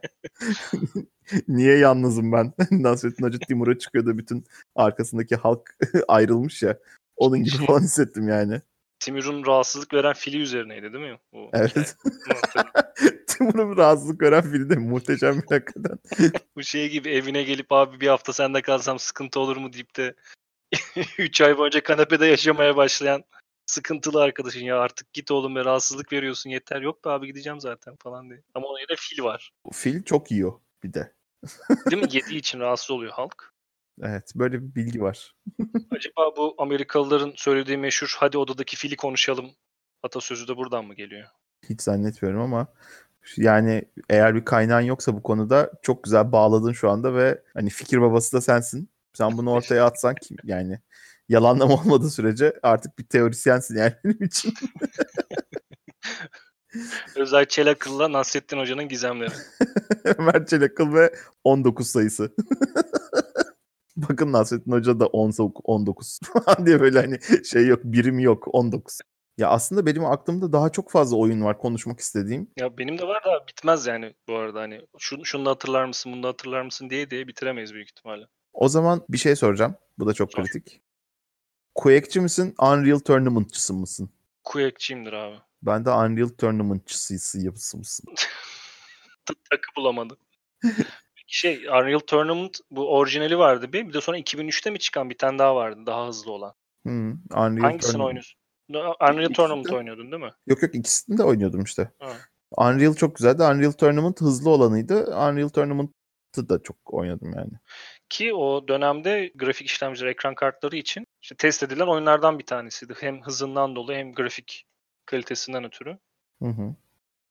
Niye yalnızım ben? Nasrettin Hoca Timur'a çıkıyor da bütün arkasındaki halk ayrılmış ya. Onun gibi falan hissettim yani. Timur'un rahatsızlık veren fili üzerineydi değil mi o hikaye? Evet. Hı, tabii. Timur'un rahatsızlık gören biri de muhteşem bir hakikaten. Bu şey gibi, evine gelip abi bir hafta sende kalsam sıkıntı olur mu deyip de 3 ay boyunca kanepede yaşamaya başlayan sıkıntılı arkadaşın, ya artık git oğlum be, rahatsızlık veriyorsun yeter. Yok be abi, gideceğim zaten falan diye. Ama onun yerine fil var. Fil çok yiyor bir de. Değil mi? Yediği için rahatsız oluyor halk. Evet, böyle bir bilgi var. Acaba bu Amerikalıların söylediği meşhur "hadi odadaki fili konuşalım" atasözü de buradan mı geliyor? Hiç zannetmiyorum ama yani eğer bir kaynağın yoksa bu konuda çok güzel bağladın şu anda ve hani fikir babası da sensin. Sen bunu ortaya atsan kim yani yalanlama olmadığı sürece artık bir teorisyensin yani benim için. Özel Çelakıl'la Nasrettin Hoca'nın gizemleri. Ömer Çelakıl ve 19 sayısı. Bakın Nasrettin Hoca da 19 falan diye böyle hani şey yok, birimi yok, 19. Ya aslında benim aklımda daha çok fazla oyun var konuşmak istediğim. Ya benim de var da bitmez yani bu arada, hani şunu da hatırlar mısın, bunu da hatırlar mısın diye bitiremeyiz büyük ihtimalle. O zaman bir şey soracağım. Bu da çok Sor. kritik. Quake'ci misin, Unreal Tournament'çısı mısın? Quake'ciyimdir abi. Ben de Unreal Tournament'çısı mısın? Takı bulamadım. Unreal Tournament bu orijinali vardı bir de sonra 2003'te mi çıkan bir tane daha vardı daha hızlı olan. Unreal Hangisini Tournament. oynuyorsun? Unreal İkisi Tournament de. oynuyordun değil mi? Yok ikisini de oynuyordum işte. Ha. Unreal çok güzeldi. Unreal Tournament hızlı olanıydı. Unreal Tournament'ı da çok oynadım yani. Ki o dönemde grafik işlemciler, ekran kartları için işte test edilen oyunlardan bir tanesiydi. Hem hızından dolayı hem grafik kalitesinden ötürü. Hı hı.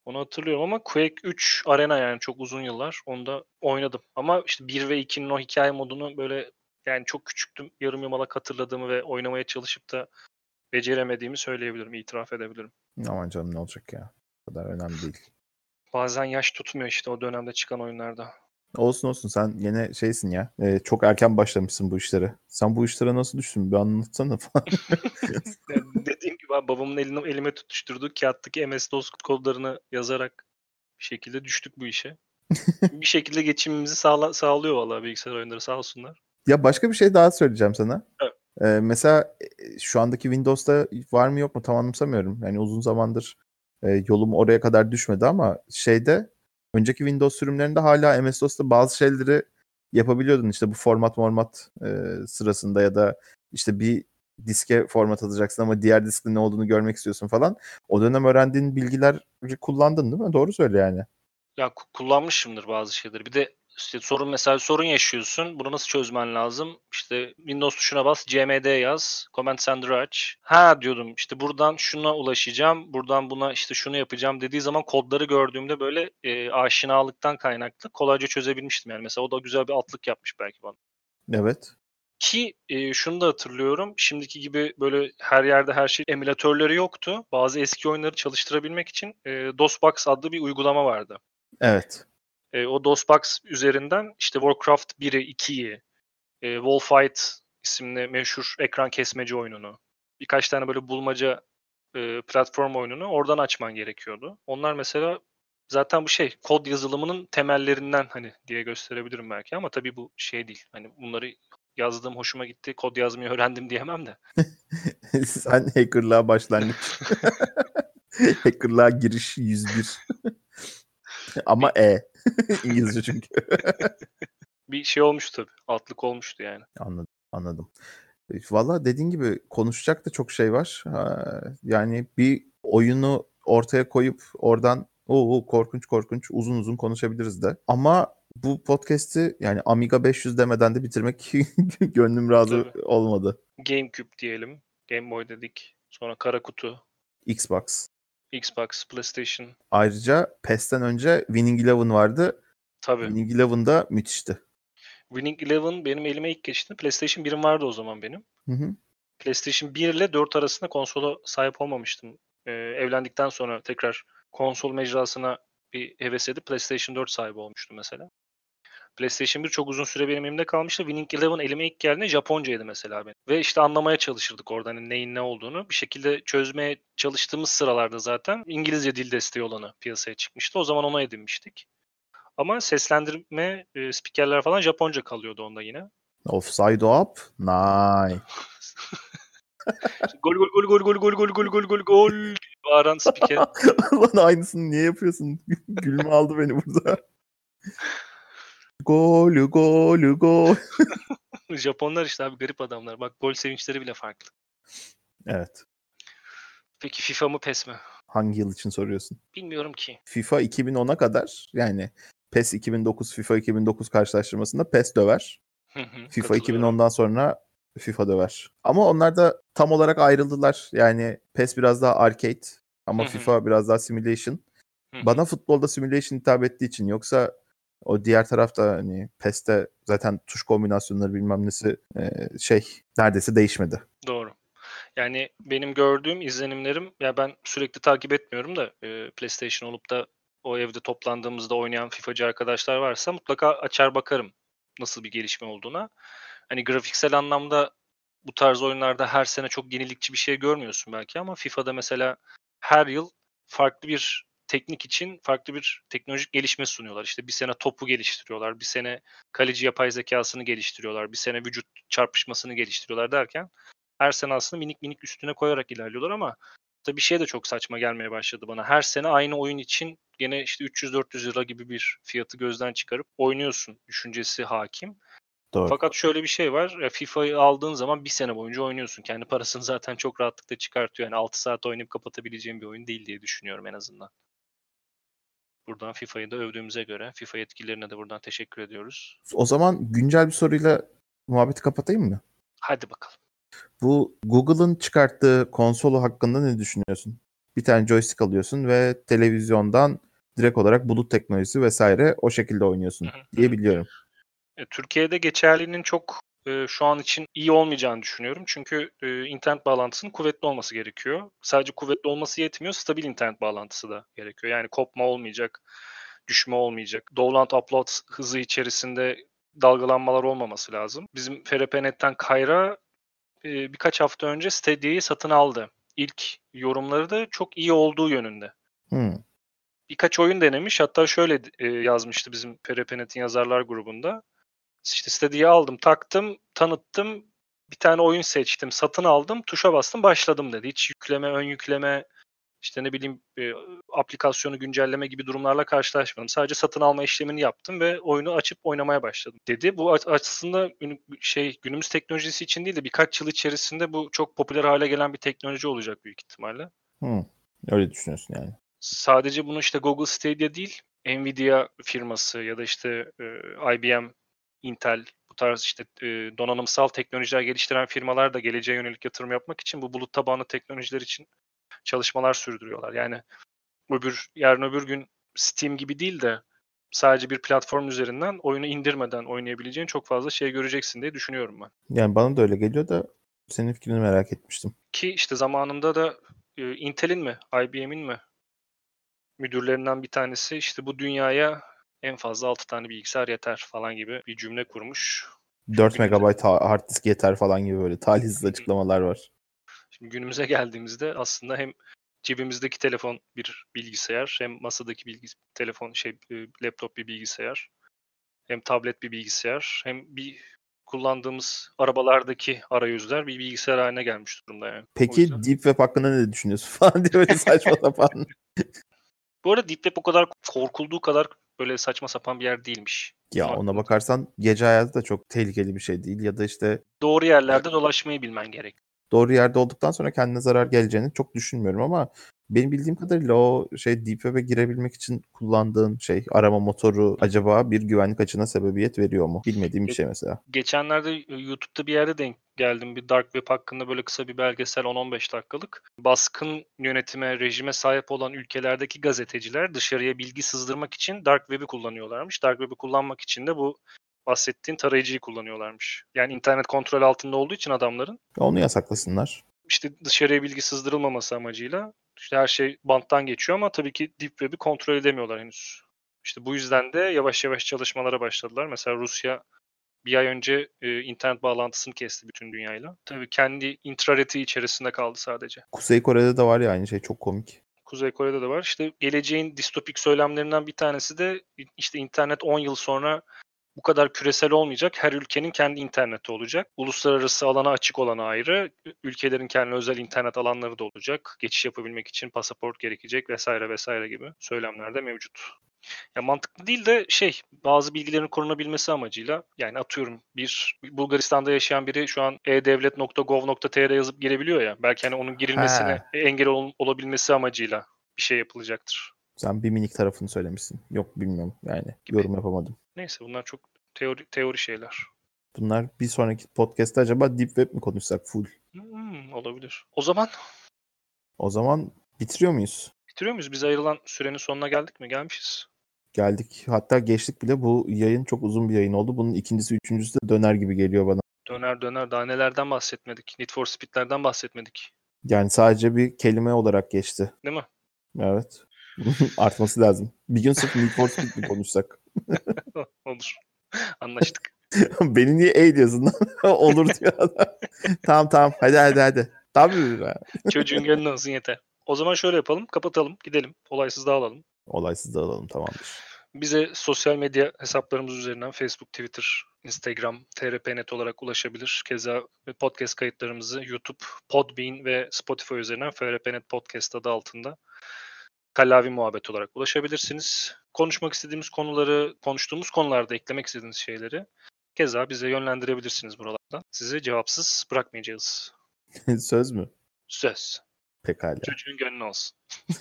Onu hatırlıyorum ama Quake 3 Arena yani çok uzun yıllar onda oynadım. Ama işte 1 ve 2'nin o hikaye modunu böyle yani çok küçüktüm. Yarım yamalak hatırladığımı ve oynamaya çalışıp da beceremediğimi söyleyebilirim, itiraf edebilirim. Aman canım ne olacak ya. O kadar önemli değil. Bazen yaş tutmuyor işte o dönemde çıkan oyunlarda. Olsun olsun sen yine şeysin ya. Çok erken başlamışsın bu işlere. Sen bu işlere nasıl düştün? Bir anlatsana falan. Yani dediğim gibi abi, babamın elime tutuşturduğu kağıttaki MS-DOS kodlarını yazarak bir şekilde düştük bu işe. Bir şekilde geçimimizi sağlıyor vallahi bilgisayar oyunları sağ olsunlar. Ya başka bir şey daha söyleyeceğim sana. Evet. Mesela şu andaki Windows'ta var mı yok mu tam anımsamıyorum. Yani uzun zamandır yolum oraya kadar düşmedi ama önceki Windows sürümlerinde hala MS-DOS'ta bazı şeyleri yapabiliyordun. İşte bu format sırasında ya da işte bir diske format atacaksın ama diğer diskte ne olduğunu görmek istiyorsun falan. O dönem öğrendiğin bilgileri kullandın değil mi? Doğru söyle yani. Ya kullanmışımdır bazı şeyleri. Bir de işte sorun yaşıyorsun. Bunu nasıl çözmen lazım? İşte Windows tuşuna bas, cmd yaz, Command Center'ı aç. Ha diyordum işte buradan şuna ulaşacağım, buradan buna işte şunu yapacağım dediği zaman kodları gördüğümde böyle aşinalıktan kaynaklı kolayca çözebilmiştim yani. Mesela o da güzel bir altlık yapmış belki bana. Evet. Ki şunu da hatırlıyorum. Şimdiki gibi böyle her yerde her şey emülatörleri yoktu. Bazı eski oyunları çalıştırabilmek için DOSBox adlı bir uygulama vardı. Evet. O DOSBox üzerinden işte Warcraft 1'i, 2'yi, Wolffight isimli meşhur ekran kesmeci oyununu, birkaç tane böyle bulmaca platform oyununu oradan açman gerekiyordu. Onlar mesela zaten bu kod yazılımının temellerinden hani diye gösterebilirim belki ama tabii bu şey değil. Hani bunları yazdığım hoşuma gitti, kod yazmayı öğrendim diyemem de. Sen hackerlığa başlangıç. Hackerlığa giriş 101. Ama Bir, İngilizce çünkü. bir şey olmuştu tabii. Altlık olmuştu yani. Anladım. Valla dediğin gibi konuşacak da çok şey var. Yani bir oyunu ortaya koyup oradan korkunç uzun uzun konuşabiliriz de. Ama bu podcast'i yani Amiga 500 demeden de bitirmek gönlüm razı Tabii. olmadı. GameCube diyelim. Game Boy dedik. Sonra kara kutu, Xbox. Xbox, PlayStation. Ayrıca PES'ten önce Winning Eleven vardı. Tabii. Winning Eleven da müthişti. Winning Eleven benim elime ilk geçti. PlayStation 1'im vardı o zaman benim. Hı hı. PlayStation 1 ile 4 arasında konsola sahip olmamıştım. Evlendikten sonra tekrar konsol mecrasına bir heves edip PlayStation 4 sahibi olmuştum mesela. PlayStation 1 çok uzun süre benim elimde kalmıştı. Winning Eleven elime ilk geldiğinde Japoncaydı mesela benim. Ve işte anlamaya çalışırdık orada hani neyin ne olduğunu. Bir şekilde çözmeye çalıştığımız sıralarda zaten İngilizce dil desteği olanı piyasaya çıkmıştı. O zaman onu edinmiştik. Ama seslendirme, spikerler falan Japonca kalıyordu onda yine. Offside up. Nice. Gol gol gol gol gol gol gol gol gol gol gol diye bağıran spiker. Lan aynısını niye yapıyorsun? Gülme aldı beni burada. Gol. Japonlar işte abi garip adamlar. Bak gol sevinçleri bile farklı. Evet. Peki FIFA mı PES mi? Hangi yıl için soruyorsun? Bilmiyorum ki. FIFA 2010'a kadar yani PES 2009, FIFA 2009 karşılaştırmasında PES döver. Hı hı, FIFA katılıyorum. 2010'dan sonra FIFA döver. Ama onlar da tam olarak ayrıldılar. Yani PES biraz daha arcade Hı ama hı, FIFA biraz daha simulation. hı hı. Bana futbolda simulation hitap ettiği için yoksa o diğer tarafta hani PES'te zaten tuş kombinasyonları bilmem nesi neredeyse değişmedi. Doğru. Yani benim gördüğüm izlenimlerim ya ben sürekli takip etmiyorum da PlayStation olup da o evde toplandığımızda oynayan FIFA'cı arkadaşlar varsa mutlaka açar bakarım nasıl bir gelişme olduğuna. Hani grafiksel anlamda bu tarz oyunlarda her sene çok yenilikçi bir şey görmüyorsun belki ama FIFA'da mesela her yıl farklı bir teknik için farklı bir teknolojik gelişme sunuyorlar. İşte bir sene topu geliştiriyorlar, bir sene kaleci yapay zekasını geliştiriyorlar, bir sene vücut çarpışmasını geliştiriyorlar derken her sene aslında minik minik üstüne koyarak ilerliyorlar ama tabii bir şey de çok saçma gelmeye başladı bana. Her sene aynı oyun için gene işte 300-400 lira gibi bir fiyatı gözden çıkarıp oynuyorsun düşüncesi hakim. Doğru. Fakat şöyle bir şey var. FIFA'yı aldığın zaman bir sene boyunca oynuyorsun. Kendi parasını zaten çok rahatlıkla çıkartıyor. Yani 6 saat oynayıp kapatabileceğim bir oyun değil diye düşünüyorum en azından. Buradan FIFA'yı da övdüğümüze göre FIFA yetkililerine de buradan teşekkür ediyoruz. O zaman güncel bir soruyla muhabbeti kapatayım mı? Hadi bakalım. Bu Google'ın çıkarttığı konsolu hakkında ne düşünüyorsun? Bir tane joystick alıyorsun ve televizyondan direkt olarak bulut teknolojisi vesaire o şekilde oynuyorsun diye biliyorum. Türkiye'de geçerliliğinin çok şu an için iyi olmayacağını düşünüyorum. Çünkü internet bağlantısının kuvvetli olması gerekiyor. Sadece kuvvetli olması yetmiyor, stabil internet bağlantısı da gerekiyor. Yani kopma olmayacak, düşme olmayacak. Download upload hızı içerisinde dalgalanmalar olmaması lazım. Bizim FRP.net'ten Kayra birkaç hafta önce Stadia'yı satın aldı. İlk yorumları da çok iyi olduğu yönünde. Birkaç oyun denemiş. Hatta şöyle yazmıştı bizim FRP.net'in yazarlar grubunda. İşte Stadia'yı aldım, taktım, tanıttım. Bir tane oyun seçtim, satın aldım, tuşa bastım, başladım dedi. Hiç yükleme, ön yükleme, işte ne bileyim aplikasyonu güncelleme gibi durumlarla karşılaşmadım. Sadece satın alma işlemini yaptım ve oyunu açıp oynamaya başladım dedi. Bu aslında günümüz teknolojisi için değil de birkaç yıl içerisinde bu çok popüler hale gelen bir teknoloji olacak büyük ihtimalle. Öyle düşünüyorsun yani. Sadece bunu işte Google Stadia değil, Nvidia firması ya da işte IBM, Intel, bu tarz işte donanımsal teknolojiler geliştiren firmalar da geleceğe yönelik yatırım yapmak için bu bulut tabanlı teknolojiler için çalışmalar sürdürüyorlar. Yani yarın öbür gün Steam gibi değil de sadece bir platform üzerinden oyunu indirmeden oynayabileceğin çok fazla şey göreceksin diye düşünüyorum ben. Yani bana da öyle geliyor da senin fikrini merak etmiştim. Ki işte zamanında da Intel'in mi, IBM'in mi müdürlerinden bir tanesi işte bu dünyaya en fazla 6 tane bilgisayar yeter falan gibi bir cümle kurmuş. 4 MB hard disk yeter falan gibi böyle talihsiz açıklamalar var. Şimdi günümüze geldiğimizde aslında hem cebimizdeki telefon bir bilgisayar, hem masadaki telefon laptop bir bilgisayar, hem tablet bir bilgisayar, hem bir kullandığımız arabalardaki arayüzler bir bilgisayar haline gelmiş durumda yani. Peki Deep Web hakkında ne düşünüyorsun falan diye böyle saçma sapan. Bu arada Deep Web o kadar korkulduğu kadar böyle saçma sapan bir yer değilmiş. Ya ona bakarsan gece hayatı da çok tehlikeli bir şey değil ya da işte doğru yerlerde dolaşmayı bilmen gerek. Doğru yerde olduktan sonra kendine zarar geleceğini çok düşünmüyorum ama benim bildiğim kadarıyla o Deep Web'e girebilmek için kullandığın arama motoru acaba bir güvenlik açığına sebebiyet veriyor mu? Bilmediğim bir şey mesela. Geçenlerde YouTube'da bir yerde denk geldim. Bir Dark Web hakkında böyle kısa bir belgesel 10-15 dakikalık. Baskın yönetime, rejime sahip olan ülkelerdeki gazeteciler dışarıya bilgi sızdırmak için Dark Web'i kullanıyorlarmış. Dark Web'i kullanmak için de bu bahsettiğin tarayıcıyı kullanıyorlarmış. Yani internet kontrol altında olduğu için adamların. Onu yasaklasınlar. İşte dışarıya bilgi sızdırılmaması amacıyla işte her şey banttan geçiyor ama tabii ki Deep Web'i kontrol edemiyorlar henüz. İşte bu yüzden de yavaş yavaş çalışmalara başladılar. Mesela Rusya bir ay önce internet bağlantısını kesti bütün dünyayla. Tabii kendi intrareti içerisinde kaldı sadece. Kuzey Kore'de de var ya aynı şey, çok komik. Kuzey Kore'de de var. İşte geleceğin distopik söylemlerinden bir tanesi de işte internet 10 yıl sonra bu kadar küresel olmayacak. Her ülkenin kendi interneti olacak. Uluslararası alana açık olanı ayrı. Ülkelerin kendi özel internet alanları da olacak. Geçiş yapabilmek için pasaport gerekecek vesaire vesaire gibi söylemler de mevcut. Ya mantıklı değil de bazı bilgilerin korunabilmesi amacıyla, yani atıyorum bir Bulgaristan'da yaşayan biri şu an e-devlet.gov.tr yazıp girebiliyor ya. Belki hani onun girilmesine engel olabilmesi amacıyla bir şey yapılacaktır. Sen bir minik tarafını söylemişsin. Yok bilmiyorum yani. Gibi. Yorum yapamadım. Neyse bunlar çok teori şeyler. Bunlar bir sonraki podcast'ta acaba Deep Web mi konuşsak full? Olabilir. O zaman bitiriyor muyuz? Bitiriyor muyuz? Biz ayrılan sürenin sonuna geldik mi? Gelmişiz. Geldik. Hatta geçtik bile. Bu yayın çok uzun bir yayın oldu. Bunun ikincisi, üçüncüsü de döner gibi geliyor bana. Döner. Daha nelerden bahsetmedik? Need for Speed'lerden bahsetmedik. Yani sadece bir kelime olarak geçti. Değil mi? Evet. Artması lazım. Bir gün sırf Need for Speed mi konuşsak? Olur. Anlaştık. Beni niye diyorsun? Olur diyor adam. Tamam. Hadi. Tabii. Çocuğun gönlü olsun yeter. O zaman şöyle yapalım. Kapatalım. Gidelim. Olaysız dağılalım. Olaysız dağılalım. Tamamdır. Bize sosyal medya hesaplarımız üzerinden Facebook, Twitter, Instagram, TRP.net olarak ulaşabilir. Keza podcast kayıtlarımızı YouTube, Podbean ve Spotify üzerinden FRP.net Podcast adı altında Kallavi Muhabbet olarak ulaşabilirsiniz. Konuşmak istediğimiz konuları, konuştuğumuz konularda eklemek istediğiniz şeyleri keza bize yönlendirebilirsiniz buralardan. Sizi cevapsız bırakmayacağız. Söz mü? Söz. Pekala. Çocuğun gönlü olsun.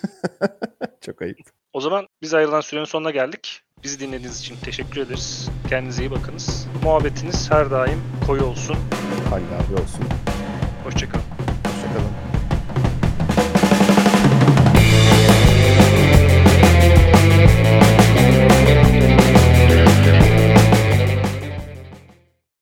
Çok ayıp. O zaman biz ayrılan sürenin sonuna geldik. Bizi dinlediğiniz için teşekkür ederiz. Kendinize iyi bakınız. Muhabbetiniz her daim koyu olsun. Kallavi olsun. Hoşçakalın.